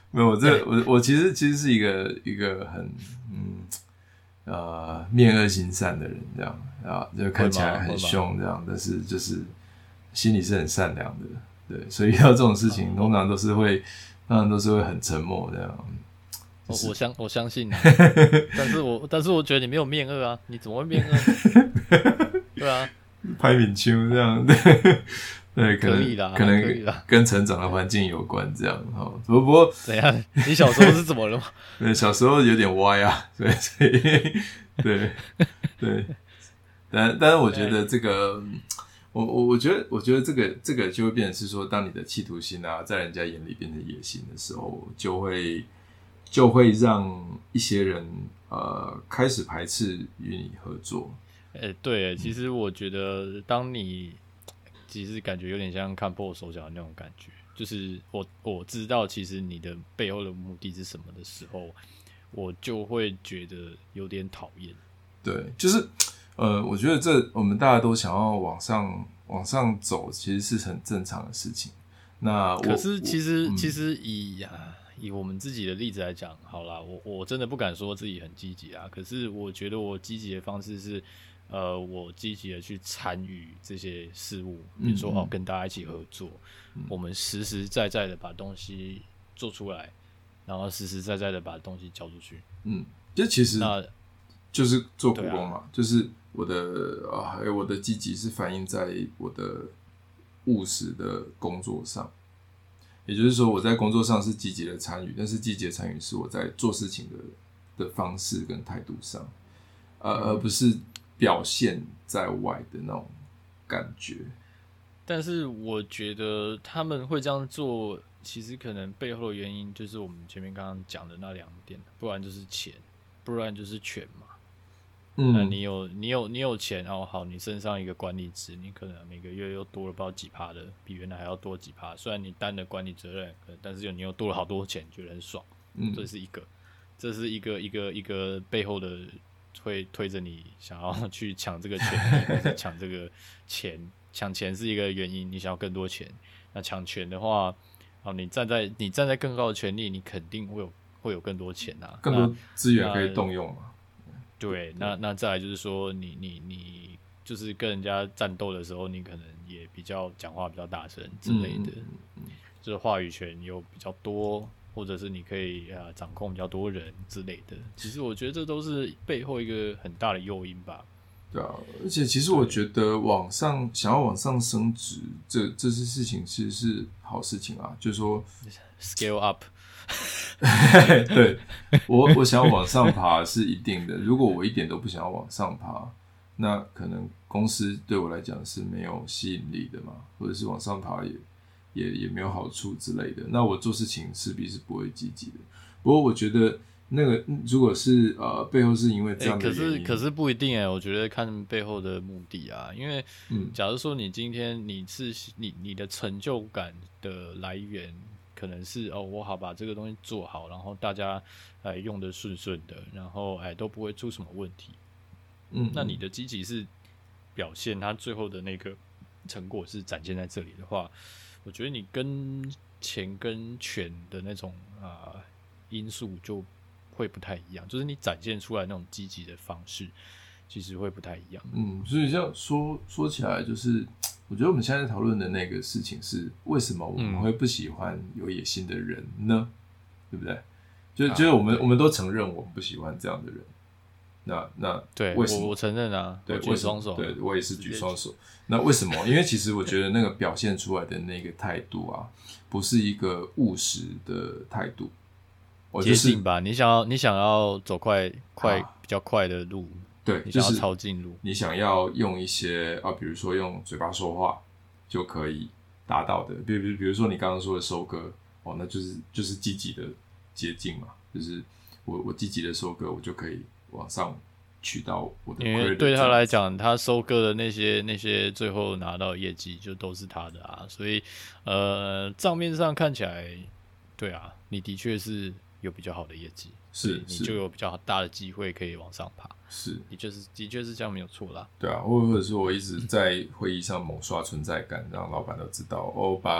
没有，我这我我其实其实是一个一个很嗯呃面恶心善的人，这样啊，就看起来很凶这样，但是就是心里是很善良的，对，所以遇到这种事情，通常都是会，通常都是会很沉默这样。 我我相我相信、啊，但是我但是我觉得你没有面恶啊，你怎么会面恶？对啊， 拍敏秋这样，对，可能可能跟成长的环境有关，这样哈。不过不过， 怎样？你小时候是怎么了吗？ 对，小时候有点歪啊，对，所以对对，但但是我觉得这个，我我我觉得我觉得这个这个就会变成是说，当你的企图心啊，在人家眼里变成野心的时候，就会就会让一些人呃开始排斥与你合作。 哎、欸，对，其实我觉得当你其实感觉有点像看破手脚的那种感觉，就是我我知道其实你的背后的目的是什么的时候，我就会觉得有点讨厌。 对，就是呃，我觉得这我们大家都想要往上往上走，其实是很正常的事情。那我可是其实、 嗯、 其实以啊以我们自己的例子来讲，好啦，我我真的不敢说自己很积极啊，可是我觉得我积极的方式是。呃，我积极的去参与这些事物，比如说、嗯、哦，跟大家一起合作，嗯、我们实实在在的把东西做出来，然后实实在在的把东西交出去。 嗯，这其实那就是做苦工嘛， 啊、 就是我的啊，我的积极是反映在我的务实的工作上，也就是说，我在工作上是积极的参与，但是积极的参与是我在做事情的的方式跟态度上，呃，嗯、而不是。表现在外的那种感觉， 但是我觉得他们会这样做，其实可能背后的原因就是我们前面刚刚讲的那两点，不然就是钱，不然就是权嘛。嗯，那你有你有你有钱哦，好，你身上一个管理职，你可能每个月又多了不知道几趴的，比原来还要多几趴。虽然你担了管理责任，但是你又多了好多钱，觉得很爽。嗯，这是一个，这是一个一个一个背后的。会推着你想要去抢这个权利，或者抢这个钱，抢钱是一个原因，你想要更多钱。那抢权的话，哦，你站在你站在更高的权利，你肯定会有会有更多钱啊， 更多资源可以动用嘛。 对，那那再来就是说，你你你就是跟人家战斗的时候，你可能也比较讲话比较大声之类的，嗯嗯、就是话语权有比较多。或者是你可以呃掌控比较多人之类的，其实我觉得这都是背后一个很大的诱因吧。 对啊，而且其实我觉得往上想要往上升职，这这些事情其实是好事情啊，就是说 scale up 对我我想要往上爬是一定的，如果我一点都不想要往上爬，那可能公司对我来讲是没有吸引力的嘛，或者是往上爬也。也也没有好处之类的，那我做事情势必是不会积极的。不过我觉得那个如果是呃背后是因为这样的原因， 欸、可是可是不一定哎、欸，我觉得看背后的目的啊，因为嗯，假如说你今天你是你你的成就感的来源可能是哦，我好把这个东西做好，然后大家哎用得顺顺的，然后哎都不会出什么问题。嗯，那你的积极是表现它最后的那个成果是展现在这里的话。我觉得你跟钱跟权的那种啊、呃、因素就会不太一样，就是你展现出来那种积极的方式，其实会不太一样。 嗯，所以这样说说起来，就是我觉得我们现在讨论的那个事情是为什么我们会不喜欢有野心的人呢？嗯、对不对？就就是我们、啊、我们都承认我们不喜欢这样的人。那那对， 为什么？ 我我承认啊， 对， 我举双手， 对我也是举双手。那为什么？因为其实我觉得那个表现出来的那个态度啊，不是一个务实的态度。我就是、 捷径吧，你想要你想要走快快、啊、比较快的路， 对， 你想要抄近路， 就是、你想要用一些啊，比如说用嘴巴说话就可以达到的，比如比如说你刚刚说的收割，哦，那就是就是积极的捷径嘛，就是我我积极的收割，我就可以。往上取到我的， 因为对他来讲，他收割的那些那些最后拿到的业绩就都是他的啊，所以呃账面上看起来，对啊，你的确是有比较好的业绩， 是你就有比较大的机会可以往上爬， 是， 的确是的确是这样没有错啦。 对啊，或者是我一直在会议上猛刷存在感，让老板都知道，我把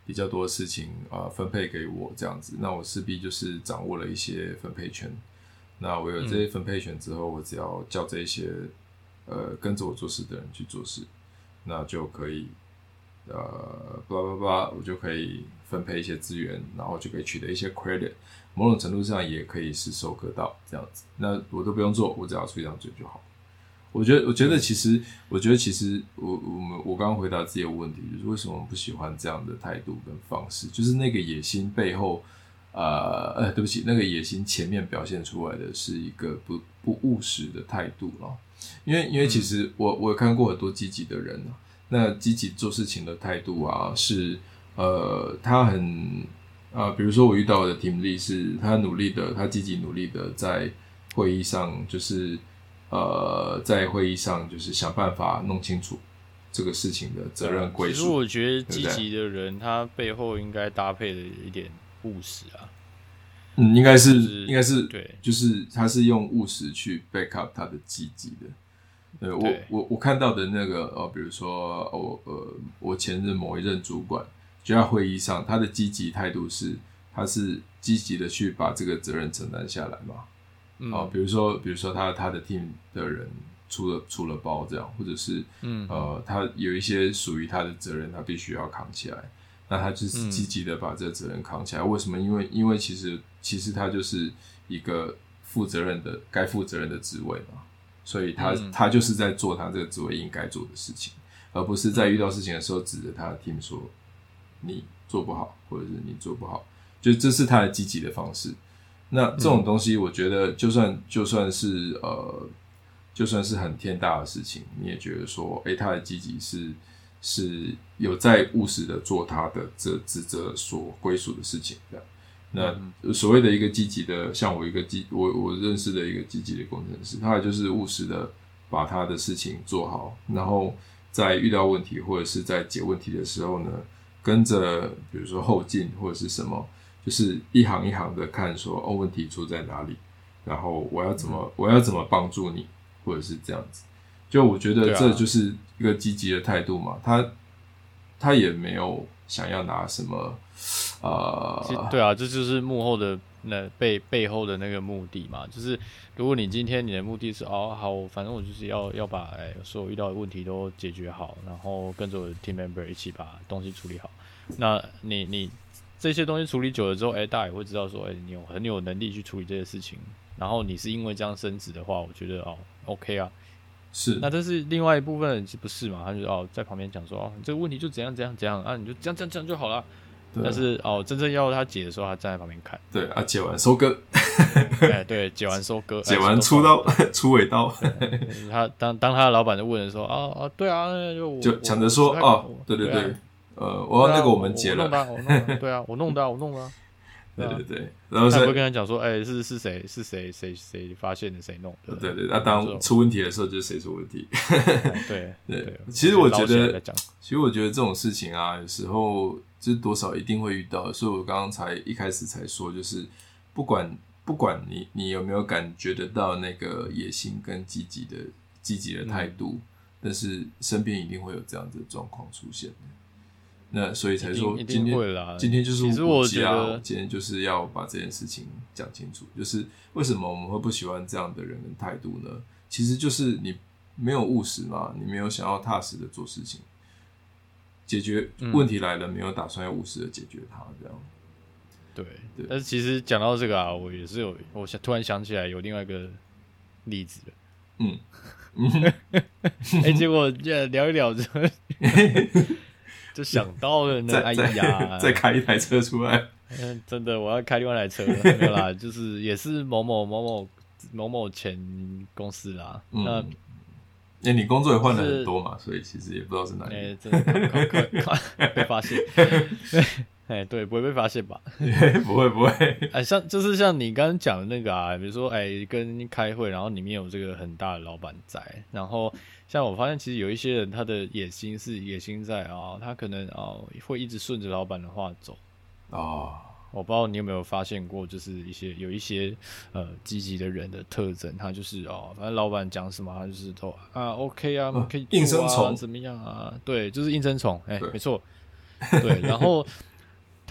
比较多的事情啊、呃、分配给我这样子，那我势必就是掌握了一些分配权。那我有这些分配权之后，我只要叫这些呃跟着我做事的人去做事，那就可以呃巴拉巴拉，我就可以分配一些资源，然后就可以取得一些 credit， 某种程度上也可以是收割到这样子。那我都不用做，我只要出一张嘴就好。我觉得，我觉得其实，我觉得其实我我们我刚刚回答自己的问题，就是为什么我不喜欢这样的态度跟方式，就是那个野心背后。呃呃，对不起，那个野心前面表现出来的是一个不不务实的态度咯。因为因为其实我我有看过很多积极的人啊，那积极做事情的态度啊，是呃他很呃，比如说我遇到的 team lead 是他努力的，他积极努力的在会议上就是呃在会议上就是想办法弄清楚这个事情的责任归属。 其实我觉得积极的人，他背后应该搭配的一点。务实啊， 嗯，应该是、 就是、 应该是对， 就是他是用务实去 back up 他的积极的。对我对我我看到的那个呃，比如说我呃我前任某一任主管，就在会议上，他的积极态度是，他是积极的去把这个责任承担下来嘛。嗯、呃，比如说比如说他他的 team 的人出了出了包这样，或者是嗯呃他有一些属于他的责任，他必须要扛起来。那他就是积极的把这个责任扛起来，嗯、为什么？因为因为其实其实他就是一个负责任的该负责任的职位嘛，所以他、嗯、他就是在做他这个职位应该做的事情，而不是在遇到事情的时候指着他的 team 说你做不好，或者是你做不好，就这是他的积极的方式。那这种东西，我觉得就算就算是呃，就算是很天大的事情，你也觉得说，诶，他的积极是。是有在务实的做他的这职责所归属的事情的。那所谓的一个积极的，像我一个积我我认识的一个积极的工程师，他就是务实的把他的事情做好，然后在遇到问题或者是在解问题的时候呢，跟着比如说后进或者是什么，就是一行一行的看说哦问题出在哪里，然后我要怎么我要怎么帮助你，或者是这样子。就我觉得这就是一个积极的态度嘛，他他也没有想要拿什么呃， 对啊，这就是幕后的那背背后的那个目的嘛，就是如果你今天你的目的是哦好，反正我就是要要把哎所有遇到的问题都解决好，然后跟着我的 team member 一起把东西处理好，那你你这些东西处理久了之后，哎，大家也会知道说，哎，你有很有能力去处理这些事情，然后你是因为这样升职的话，我觉得哦 OK 啊。 是， 那这是另外一部分人不是嘛？他就哦在旁边讲说哦，你这个问题就怎样怎样怎样啊，你就这样这样这样就好了。但是哦，真正要他解的时候，他站在旁边看。 对啊，解完收割。 哎，对，解完收割， 解完出刀，出尾刀。 他当当他的老板就问说啊啊，对啊，就就抢着说哦，对对对，呃，我要那个我们解了。 我弄的，我弄的，对啊，我弄的，我弄的。 对对对，然后他不会跟他讲说，哎、欸，是是谁是谁谁谁发现的，谁弄的？ 对对，那、啊、当出问题的时候，就是谁出问题。 对对，對其实我觉得，其实我觉得这种事情啊，有时候就是多少一定会遇到，所以我刚刚才一开始才说，就是不管不管你你有没有感觉得到那个野心跟积极的积极的态度，嗯、但是身边一定会有这样子的状况出现的。那所以才说今天今天就是五集啊，今天就是要把这件事情讲清楚，就是为什么我们会不喜欢这样的人跟态度呢？其实就是你没有务实嘛，你没有想要踏实的做事情，解决问题来了，没有打算要务实的解决它，这样。 对，对。但是其实讲到这个啊，我也是有，我突然想起来有另外一个例子了。嗯嗯，哎、欸，结果聊一聊之后。就想到了呢，哎呀， 再开一台车出来， 嗯，真的，我要开另外一台车了，没有啦，就是也是某某某某某某前公司啦。嗯、那， 因为你工作也换了很多嘛，所以其实也不知道是哪一个。 哎、欸，真的快快被发现，哎、欸，对，不会被发现吧？ 不会不会， 哎，像就是像你刚刚讲的那个啊，比如说哎、欸，跟开会，然后里面有这个很大的老板在，然后。像我发现，其实有一些人他的野心是野心在啊、哦，他可能啊、哦、会一直顺着老板的话走啊。哦、我不知道你有没有发现过，就是一些有一些呃积极的人的特征，他就是哦，反正老板讲什么，他就是都啊 OK 啊，可以做啊， 应声虫怎么样啊？对，就是应声虫，哎、欸，没错。对，然后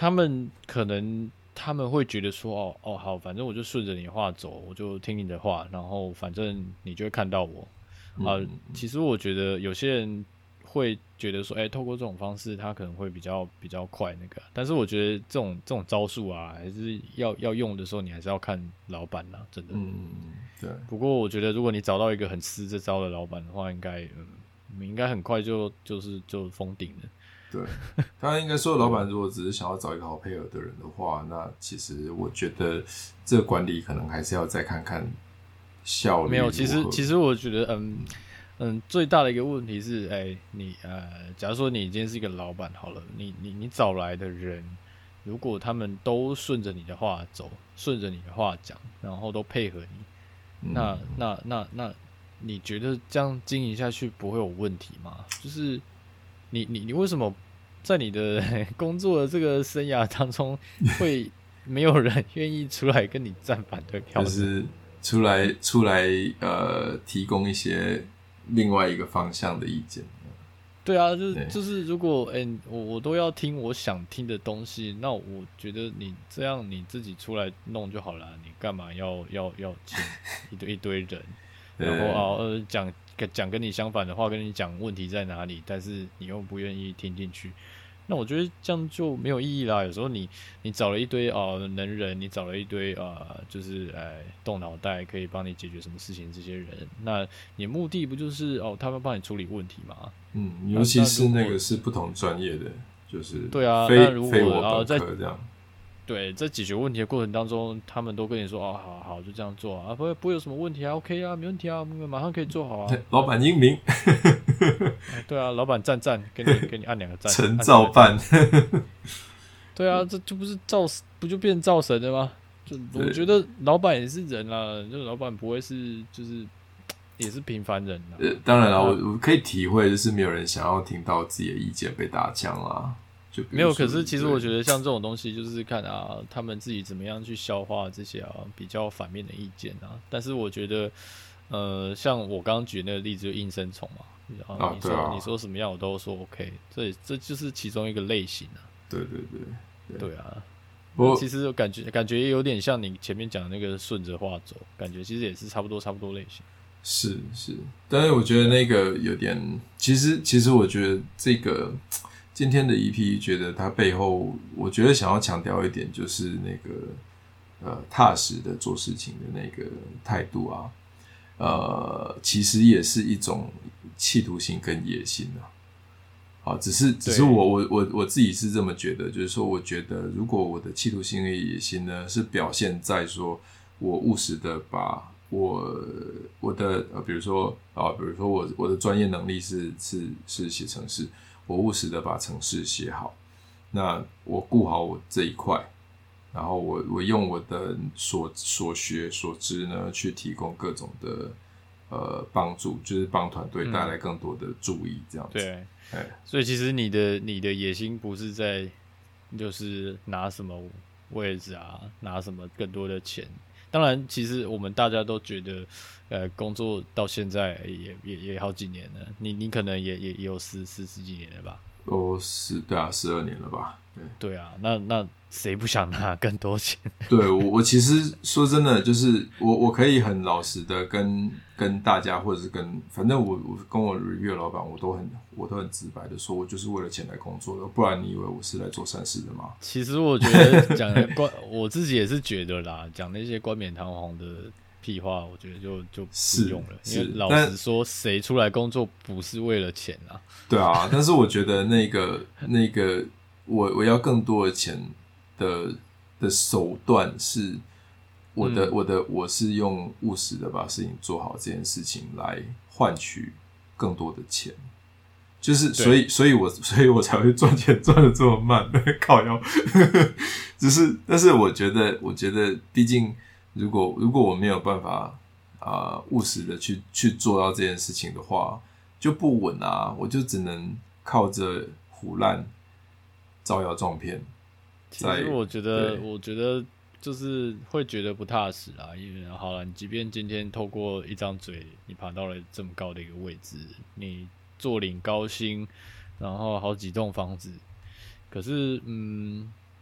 他们可能他们会觉得说，哦哦好，反正我就顺着你的话走，我就听你的话，然后反正你就会看到我啊、呃。其实我觉得有些人会觉得说，哎、欸，透过这种方式，他可能会比较比较快那个。但是我觉得这种这种招数啊，还是要要用的时候，你还是要看老板啦，真的。 嗯，对。 不过我觉得，如果你找到一个很吃这招的老板的话，应该嗯，应该很快就就是就封顶了。 对，当然应该说，老板如果只是想要找一个好配合的人的话，那其实我觉得这个管理可能还是要再看看效率。 没有，其实其实我觉得，嗯嗯，最大的一个问题是，哎、欸，你呃，假如说你今天是一个老板好了，你你你找来的人，如果他们都顺着你的话走，顺着你的话讲，然后都配合你， 嗯、 那那那那，你觉得这样经营下去不会有问题吗？就是你你你为什么在你的工作的这个生涯当中，会没有人愿意出来跟你站反对票？ 就是出来出来呃，提供一些另外一个方向的意见。 对啊，就是就是，如果哎、欸，我我都要听我想听的东西，那我觉得你这样你自己出来弄就好了，你干嘛要要要请一堆一堆人，然后啊呃讲讲跟你相反的话，跟你讲问题在哪里，但是你又不愿意听进去，那我觉得这样就没有意义啦。有时候你你找了一堆啊、呃、能人，你找了一堆啊、呃、就是呃动脑袋可以帮你解决什么事情这些人，那你目的不就是哦他们帮你处理问题吗？ 嗯，尤其是那个是不同专业的，就是对啊， 非那如果非我本在科这样。 对，在解决问题的过程当中，他们都跟你说哦，好好就这样做啊，不会不会有什么问题啊 ，OK 啊，没问题啊，马上可以做好啊。 老板英明， 对啊，老板赞赞，给你给你按两个赞。 陈照办。 对啊，这就不是造不就变造神了吗？就我觉得老板也是人啦，就老板不会是就是也是平凡人啦。 呃，当然了，我我可以体会，就是没有人想要听到自己的意见被打枪啦。就没有，可是其实我觉得像这种东西，就是看啊，他们自己怎么样去消化这些啊比较反面的意见啊。但是我觉得，呃，像我刚刚举的那个例子，就应声虫嘛，然后你说、啊啊、你说什么样我都说 OK， 这这就是其中一个类型啊。 对对对， 对, 对啊。我其实感觉感觉也有点像你前面讲的那个顺着话走，感觉其实也是差不多差不多类型。 是是，但是我觉得那个有点，其实其实我觉得这个。今天的 E P 觉得它背后，我觉得想要强调一点，就是那个呃踏实的做事情的那个态度啊，呃，其实也是一种企图心跟野心啊。好，只是只是我我我我自己是这么觉得，就是说，我觉得如果我的企图心和野心呢，是表现在说我务实的把我我的呃，比如说啊，比如说我我的专业能力是是是写程式。我务实的把程式写好，那我顾好我这一块，然后我我用我的所所学所知呢，去提供各种的呃帮助，就是帮团队带来更多的注意，这样子。 嗯、对，所以其实你的你的野心不是在就是拿什么位置啊，拿什么更多的钱。当然，其实我们大家都觉得，呃，工作到现在也也也好几年了，你你可能也也也有十十十几年了吧？ 哦，十对啊，十二年了吧？ 对对啊，那那谁不想拿更多钱？ 对我我其实说真的，就是我我可以很老实的跟跟大家，或者是跟反正我我跟我 review 的老板，我都很我都很直白的说，我就是为了钱来工作的，不然你以为我是来做善事的吗？ 其实我觉得讲的冠，我自己也是觉得啦，讲那些冠冕堂皇的屁话，我觉得就就不用了，因为老实说，谁出来工作不是为了钱啊？ 对啊，但是我觉得那个那个我我要更多的钱的的手段是我的、嗯、我的我是用务实的把事情做好这件事情来换取更多的钱，就是所以所以我所以我才会赚钱赚得这么慢，靠腰，只是但是我觉得我觉得毕竟如果如果我没有办法啊、呃、务实的去去做到这件事情的话。就不稳啊，我就只能靠着唬烂招摇撞骗。 其实我觉得，我觉得就是会觉得不踏实啊。因为好了，你即便今天透过一张嘴，你爬到了这么高的一个位置，你坐领高薪，然后好几栋房子，可是嗯，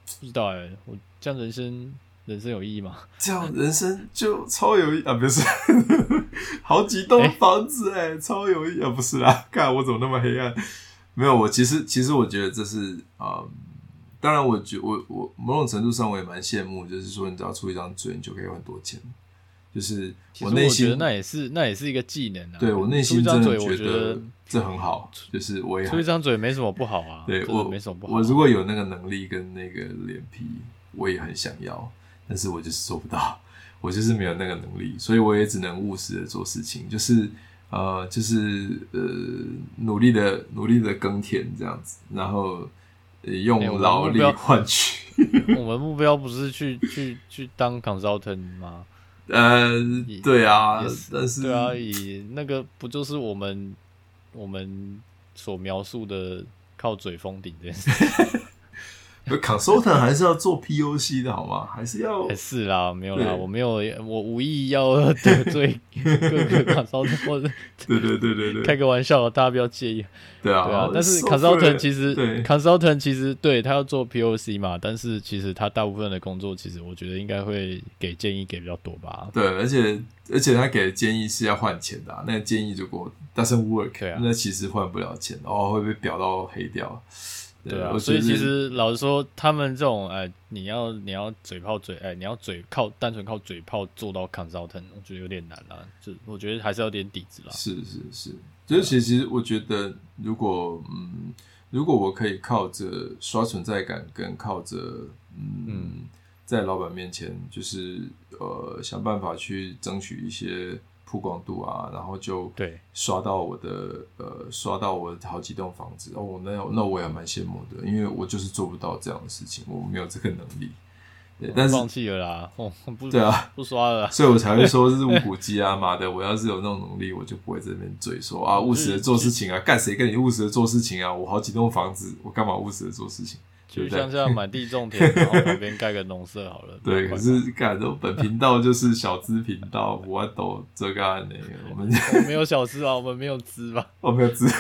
不知道哎、欸，我这样人生人生有意义吗？ 这样人生就超有意义啊！不是，好几栋房子哎、欸，超有意义啊！不是啦，看我怎么那么黑暗？没有，我其实其实我觉得这是啊、嗯，当然我觉我我某种程度上我也蛮羡慕，就是说你只要出一张嘴，你就可以有很多钱。就是我内心， 我觉得那也是那也是一个技能啊。 对我内心真的觉得这很好，就是我也出一张嘴没什么不好啊。 对我没什么不好、啊。 我如果有那个能力跟那个脸皮，我也很想要，但是我就是做不到，我就是没有那个能力，所以我也只能务实的做事情，就是呃，就是呃，努力的努力的耕田这样子，然后、呃、用劳力换取。 欸、我们目标不是去去去当 consultant 吗？ 呃，对啊，但是对啊，以那个不就是我们我们所描述的靠嘴封顶这件事 ？consultant 还是要做 P O C 的好吗？还是要？ 还是啦，没有啦，我没有，我无意要得罪各个 consultant 或者对对对对对， 开个玩笑，大家不要介意。 对啊， 对啊，但是 consultant 其实 consultant 其实对他要做 P O C 嘛，但是其实他大部分的工作，其实我觉得应该会给建议给比较多吧。 对，而且而且他给的建议是要换钱的、啊，那个建议如果 doesn't work，、啊、那其实换不了钱，哦，会被表到黑掉。 对, 对啊，所以其实老实说，他们这种哎，你要你要嘴炮嘴哎，你要嘴靠单纯靠嘴炮做到 consultant， 我觉得有点难啦。就我觉得还是要有点底子啦。 是是是，就是其实我觉得，如果嗯，如果我可以靠着刷存在感，跟靠着嗯，嗯在老板面前就是呃想办法去争取一些曝光度啊，然后就刷到我的呃刷到我的好几栋房子哦，那那我也蛮羡慕的，因为我就是做不到这样的事情，我没有这个能力。对，但是放弃了啦，哦，不对啊， 不刷了啦， 所以我才会说是无骨鸡啊，妈的！我要是有那种能力，我就不会在那边嘴说啊务实的做事情啊，干谁跟你务实的做事情啊？我好几栋房子，我干嘛务实的做事情？ 去乡下买地种田，然后旁边盖个农舍好了。 对，可是干都本频道就是小资频道，我都这个呢，我们我没有小资啊，我们没有资吧？ 我没有资，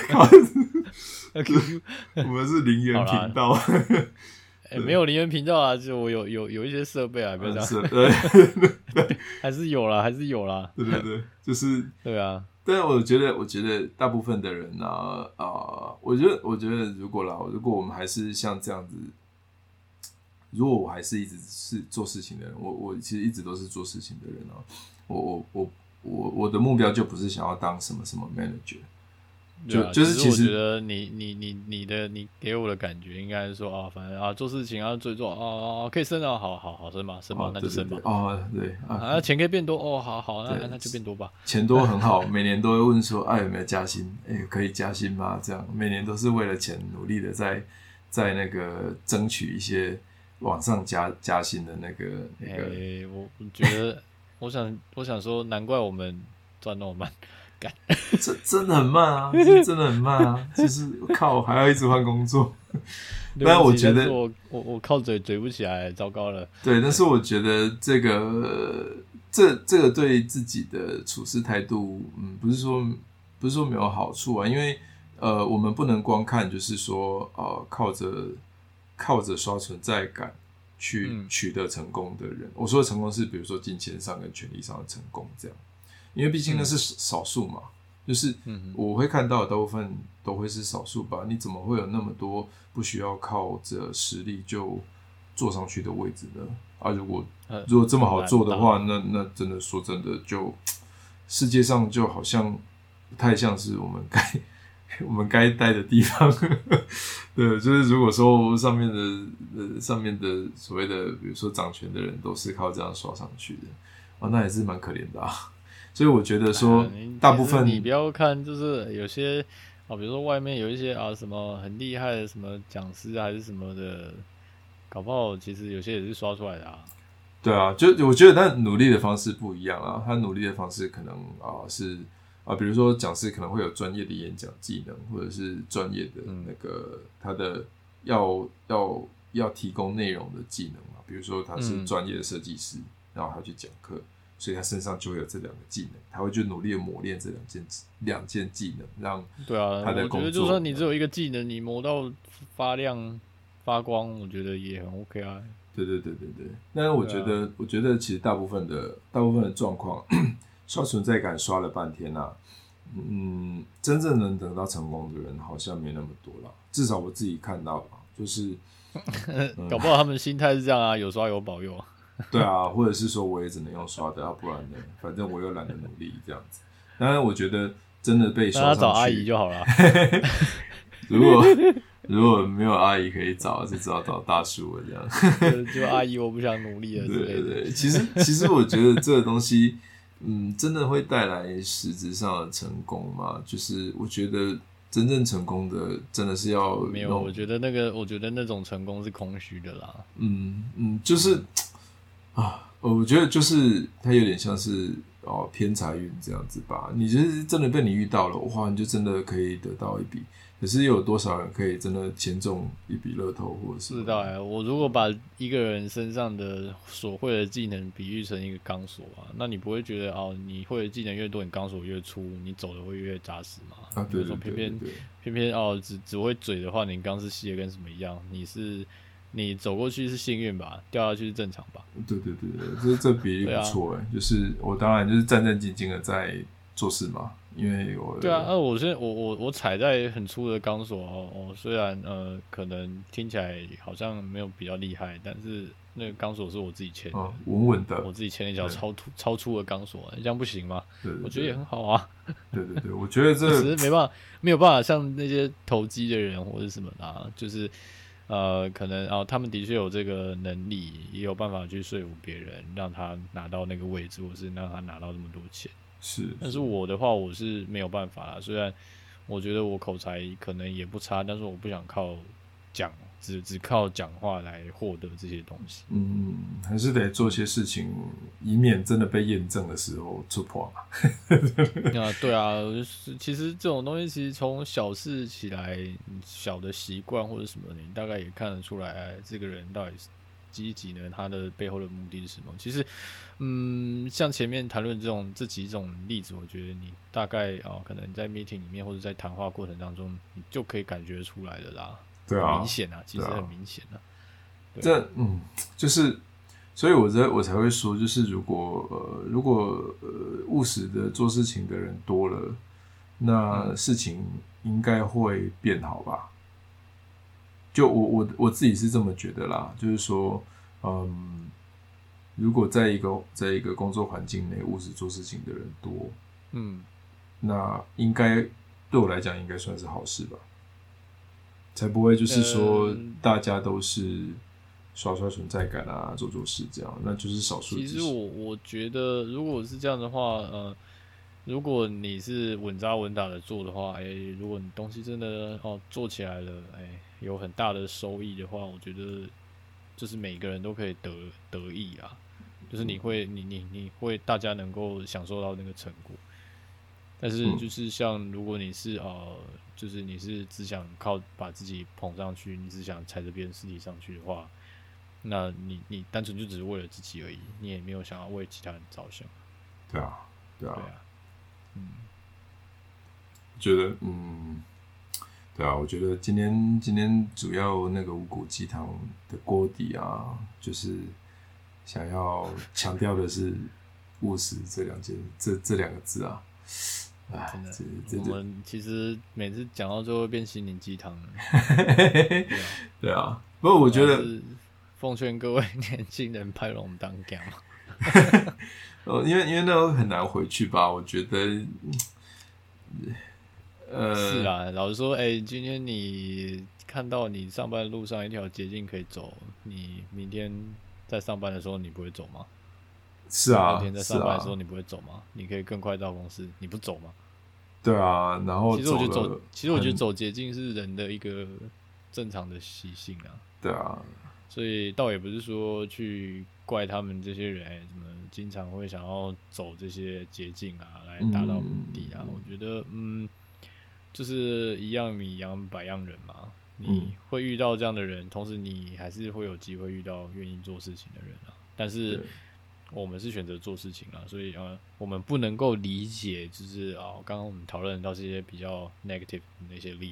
我们是零元频道。 欸、没有零元频道啊，就我有有有一些设备啊，不要这样。 对， 还是有啦，还是有啦。 对对对，就是对啊。 但是我觉得，我觉得大部分的人呢、啊，啊、呃，我觉得，我觉得如果啦，如果我们还是像这样子，如果我还是一直是做事情的人，我我其实一直都是做事情的人啊，我我我我我的目标就不是想要当什么什么 manager。就、 啊、 就是其实我觉得你你你你的你给我的感觉应该是说啊，反正啊做事情啊最做啊可以升啊，好好好升吧升吧、哦、那就升吧哦对啊， 啊钱可以变多哦好好那那就变多吧， 钱多很好，每年都会问说啊有没有加薪，哎、欸、可以加薪吗？这样每年都是为了钱努力的在在那个争取一些往上加加薪的那个那个。 欸、我我觉得我想我想说难怪我们赚那么慢。 这真的很慢啊，这真的很慢啊！就是靠，还要一直换工作。但我觉得我我我靠嘴嘴不起来，糟糕了。 对，但是我觉得这个这这个对自己的处事态度，嗯，不是说不是说没有好处啊，因为呃，我们不能光看就是说呃，靠着靠着刷存在感去取得成功的人。嗯、我说的成功是，比如说金钱上跟权力上的成功这样。因为毕竟那是少数嘛、嗯，就是我会看到的大部分都会是少数吧。你怎么会有那么多不需要靠着实力就坐上去的位置呢？啊，如果如果这么好做的话，那那真的说真的就，就世界上就好像不太像是我们该我们该待的地方。对，就是如果说上面的呃上面的所谓的比如说掌权的人都是靠这样刷上去的，啊，那也是蛮可怜的啊。所以我觉得说，大部分、 哎、你不要看，就是有些啊，比如说外面有一些啊什么很厉害的什么讲师还是什么的，搞不好其实有些也是刷出来的啊。 对啊，就我觉得他努力的方式不一样啊，他努力的方式可能啊是啊，比如说讲师可能会有专业的演讲技能，或者是专业的那个、嗯、他的要要要提供内容的技能嘛，比如说他是专业的设计师、嗯，然后他去讲课。所以他身上就会有这两个技能，他会去努力的磨练这两件两件技能，让对啊， 他的工作。 我觉得就算你只有一个技能，你磨到发亮发光，我觉得也很 OK 啊。 对对对对对，但是我觉得，啊、我觉得其实大部分的大部分的状况，刷存在感刷了半天啊，嗯，真正能得到成功的人好像没那么多了，至少我自己看到吧，就是， 嗯、搞不好他们心态是这样啊，有刷有保佑。 对啊，或者是说我也只能用刷的，要不然呢，反正我又懒得努力这样子。当然，我觉得真的被刷上去， 找阿姨就好了。 如果如果没有阿姨可以找，就只好找大叔了这样。就阿姨，我不想努力了之类的。 对对对，其实其实我觉得这个东西，嗯，真的会带来实质上的成功吗？就是我觉得真正成功的，真的是要没有。我觉得那个，我觉得那种成功是空虚的啦。 嗯嗯，就是啊，我觉得就是它有点像是哦偏财运这样子吧。你就是真的被你遇到了，哇，你就真的可以得到一笔。可是又有多少人可以真的签中一笔乐透，或者是？ 不知道哎，我如果把一个人身上的所会的技能比喻成一个钢索啊，那你不会觉得哦，你会的技能越多，你钢索越粗，你走的会越扎实吗？ 啊，对对对对对。 偏偏偏偏哦，只只会嘴的话，你钢是细的跟什么一样？你是你走过去是幸运吧，掉下去是正常吧？ 对对对对，这这比喻不错哎、啊，就是我当然就是战战兢兢的在做事嘛。因为我对啊，那我现在我我我踩在很粗的钢索哦，哦，虽然呃可能听起来好像没有比较厉害，但是那个钢索是我自己牵的， 哦、稳稳的， 我自己牵了一条超粗超粗的钢索，这样不行吗？ 对对对， 我觉得也很好啊。 对对对，我觉得这只是没办法，没有办法像那些投机的人或者什么啦，就是呃可能哦他们的确有这个能力，也有办法去说服别人，让他拿到那个位置，或是让他拿到这么多钱。 是， 但是我的话我是没有办法啦，虽然我觉得我口才可能也不差，但是我不想靠讲，只只靠讲话来获得这些东西。 嗯，还是得做些事情，以免真的被验证的时候出破嘛。 啊，对啊，就是其实这种东西，其实从小事起来，小的习惯或者什么，你大概也看得出来，这个人到底是积极呢，他的背后的目的是什么？其实，嗯，像前面谈论这种这几种例子，我觉得你大概哦，可能在 meeting 里面或者在谈话过程当中，你就可以感觉出来的啦。 对啊， 很明显啊，其实很明显啊。 这嗯，就是，所以我才我才会说，就是如果呃如果呃务实的做事情的人多了，那事情应该会变好吧？就我我我自己是这么觉得啦，就是说，嗯，如果在一个在一个工作环境内务实做事情的人多， 嗯， 那应该对我来讲应该算是好事吧，才不会就是说大家都是刷刷存在感啊，做做事这样，那就是少数。 其实我我觉得，如果是这样的话，呃。如果你是稳扎稳打的做的话，哎、欸，如果你东西真的哦做起来了，哎、欸，有很大的收益的话，我觉得就是每个人都可以得得益啊，就是你会你你你会大家能够享受到那个成果。但是就是像如果你是呃，就是你是只想靠把自己捧上去，你只想踩着别人尸体上去的话，那你你单纯就只是为了自己而已，你也没有想要为其他人着想。 对啊，对啊。 对啊嗯， 觉得嗯，对啊，我觉得今天今天主要那个五谷鸡汤的锅底啊，就是想要强调的是务实这两件这这两个字啊。 真的，我们其实每次讲到最后会变心灵鸡汤。 对啊，对啊，不过我觉得奉劝各位年轻人拍龙当家。 哦，因为因为那很难回去吧，我觉得，呃， 是啊，老实说，哎、欸，今天你看到你上班的路上一条捷径可以走，你明天在上班的时候你不会走吗？ 是啊， 后天在上班的时候你不会走吗？啊、你可以更快到公司，你不走吗？ 对啊，然后其实我觉得走，其实我觉得走捷径是人的一个正常的习性啊。 对啊， 所以倒也不是说去怪他们这些人，哎，怎么经常会想要走这些捷径啊，来达到目的啊？嗯、我觉得，嗯，就是一样米养百样人嘛。你会遇到这样的人，同时你还是会有机会遇到愿意做事情的人啊。但是我们是选择做事情啊，所以呃，我们不能够理解，就是啊，刚刚我们讨论到这些比较 negative 的那些例子。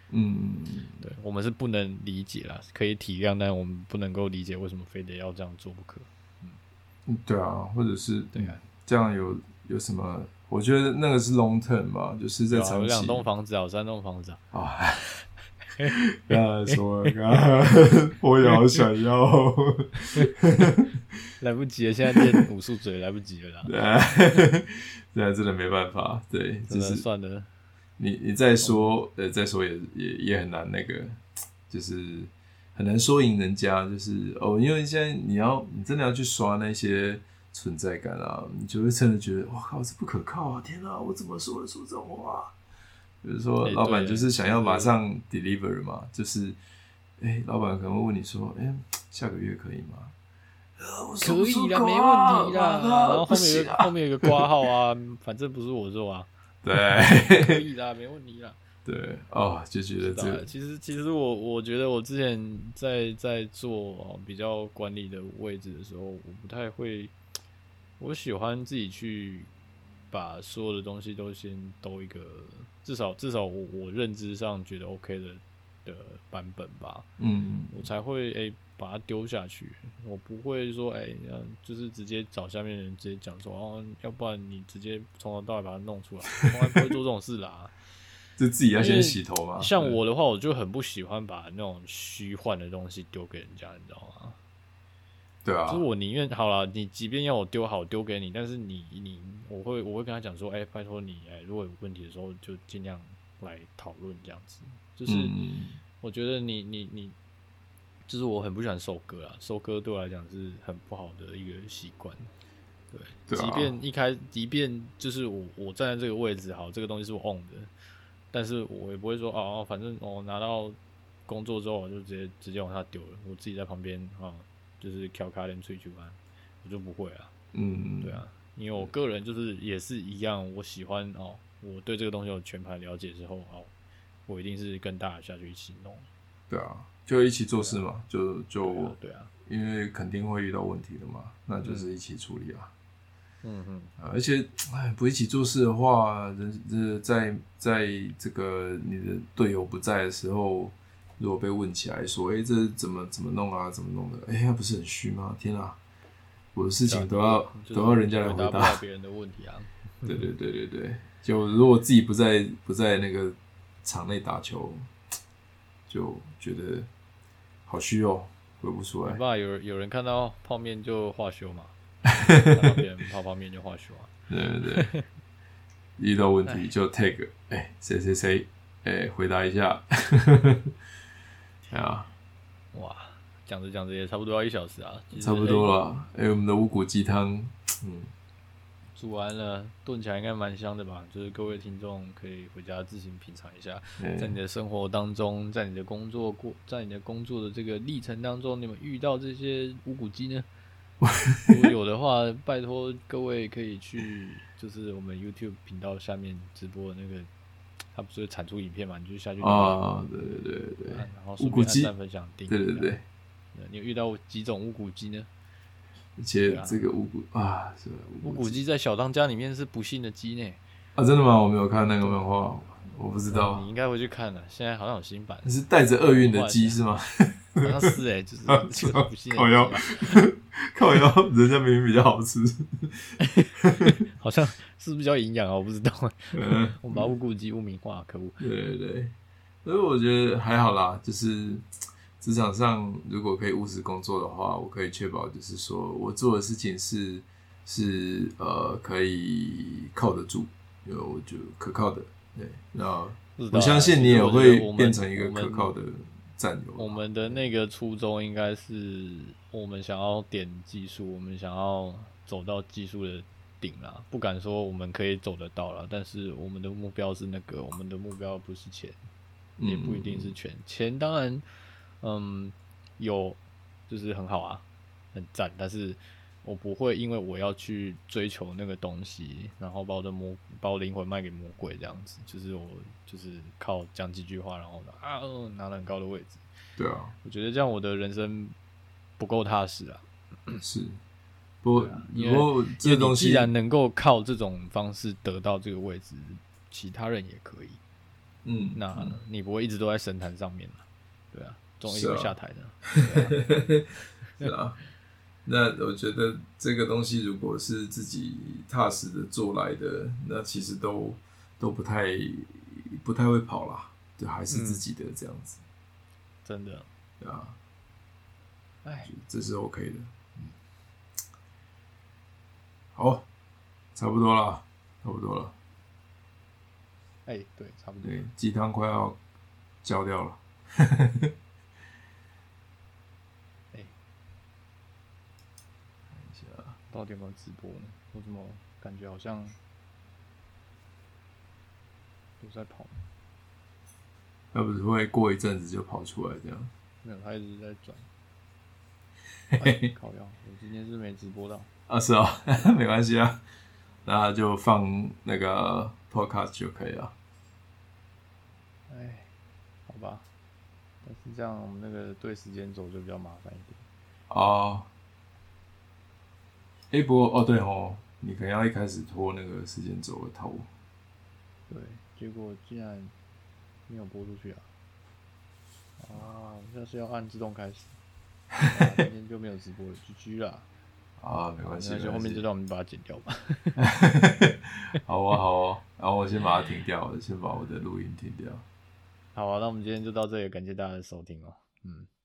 嗯， 对，我们是不能理解啦，可以体谅，但我们不能够理解为什么非得要这样做不可。 嗯，对啊，或者是对啊， 嗯、这样有有什么？我觉得那个是 long term 吧，就是在长期。 有两栋房子啊，有三栋房子啊。 啊，刚才说了，刚才我也好想要， 来不及了，现在练武术嘴来不及了啦。 对，现在真的没办法，对， 真的就是算了。 你你再说，呃，再说也也也很难那个，就是很难说赢人家，就是哦，因为现在你要你真的要去刷那些存在感啊，你就会真的觉得哇靠，这不可靠啊！天啊，我怎么说得出这种话？比如说，老板就是想要马上 deliver 嘛，就是哎、欸，老板可能会问你说，哎、欸，下个月可以吗？ 可以啦，没问题啦。然后后面有、啊、后面有个挂号啊，反正不是我做啊。 对， 可以啦，没问题啦。 对，哦，就觉得这个， 其实其实我我觉得我之前在在做比较管理的位置的时候，我不太会，我喜欢自己去把所有的东西都先兜一个，至少至少我我认知上觉得 OK 的的版本吧， 嗯， 我才会哎、欸、把它丢下去，我不会说哎、欸，就是直接找下面的人直接讲说哦，要不然你直接从头到尾把它弄出来，从来不会做这种事啦。 就自己要先洗头嘛。 像我的话，我就很不喜欢把那种虚幻的东西丢给人家，你知道吗？ 对啊， 就是我宁愿好了，你即便要我丢好丢给你，但是你你我会我会跟他讲说，哎、欸，拜托你，哎、欸，如果有问题的时候就尽量来讨论这样子。就是我觉得你你你，就是我很不喜欢收割啊，收割对我来讲是很不好的一个习惯。对， 对啊， 即便一开，即便就是我我站在这个位置，好，这个东西是我 own 的。但是我也不会说哦，反正我、哦、拿到工作之后我就直接直接往下丢了，我自己在旁边啊、哦，就是调卡点吹球啊，我就不会啊。 嗯， 对啊，因为我个人就是也是一样，我喜欢哦，我对这个东西有全盘了解之后，哦，我一定是跟大家下去一起弄。 对啊，就一起做事嘛，啊、就就对啊，对啊， 因为肯定会遇到问题的嘛，那就是一起处理啊。 嗯哼， 而且，哎，不一起做事的话，人在在这个你的队友不在的时候，如果被问起来说，哎、欸，这怎么怎么弄啊，怎么弄的？哎、欸，他不是很虚吗？天啊，我的事情都要、就是、都要人家来回答， 回答别人的问题啊。 对对对对对，就如果自己不在不在那个场内打球，就觉得好虚哦，回不出来。 没办法，有有人看到泡面就化休嘛。看到别人泡泡面就化休啊， 对对对，遇到问题就 tag， 哎，谁谁谁，哎，回答一下，啊， 哇，讲着讲着也差不多要一小时啊， 差不多了，哎，我们的五谷鸡汤，嗯， 煮完了，炖起来应该蛮香的吧？就是各位听众可以回家自行品尝一下，在你的生活当中，在你的工作过，在你的工作的这个历程当中，你们遇到这些五谷鸡呢？如果有的话，拜托各位可以去，就是我们 YouTube 频道下面直播的那个，他不是会产出影片嘛？你就下去啊，对对对对， 然后顺便按赞、分享、订阅。 对对对， 你有遇到几种乌骨鸡呢？ 而且这个乌骨啊，是乌骨鸡在小当家里面是不幸的鸡呢。 啊，真的吗？我没有看那个漫画，我不知道。 你应该会去看的，现在好像有新版。 是带着厄运的鸡是吗？ 好像是哎、欸，就是就是不幸的鸡。 靠腰，靠腰，人家明明比较好吃。 好像是比较营养啊，我不知道。 嗯、 我把乌骨鸡污名化，可恶。 对对对，所以我觉得还好啦，就是职场上如果可以务实工作的话，我可以确保就是说我做的事情是是呃可以靠得住，因为我就可靠的。对，那我相信你也会变成一个可靠的战友。 我们的那个初衷应该是我们想要点技术，我们想要走到技术的顶啦，不敢说我们可以走得到啦，但是我们的目标是那个，我们的目标不是钱，也不一定是钱。嗯、钱当然，嗯，有就是很好啊，很赞，但是我不会因为我要去追求那个东西，然后把我的魔把我灵魂卖给魔鬼这样子，就是我就是靠讲几句话，然后啊、呃、拿了很高的位置。 对啊， 我觉得这样我的人生不够踏实啊。 是。不过，不过这东西既然能够靠这种方式得到这个位置，其他人也可以。 嗯， 那你不会一直都在神坛上面嘛？对啊，总有一天会下台的。 是啊，那我觉得这个东西如果是自己踏实的做来的，那其实都都不太不太会跑啦，对，还是自己的这样子。 嗯、真的， 对啊， 哎， 这是 OK 的。嗯，好，差不多了，差不多了。 哎、欸，对，差不多。 对，鸡汤快要焦掉了。 哎、欸，看一下，到底有没有直播呢？我怎么感觉好像都在跑？ 他不是会过一阵子就跑出来这样？ 没有，他一直在转。哎、靠腰，我今天是没直播到。 啊，是啊，没关系啊，那就放那个 podcast 就可以了。 哎，好吧，但是这样我们那个对时间轴就比较麻烦一点。 哦，哎、欸，不过哦对哦，你可能要一开始拖那个时间轴的头。 对，结果竟然没有播出去啊！哦，那是要按自动开始。啊、今天就没有直播了 ，G G 啦。 啊，没关系， 那就后面这段我们把它剪掉吧。 好啊，好啊，然后我先把它停掉，先把我的录音停掉。 好啊，那我们今天就到这里，感谢大家的收听哦。嗯。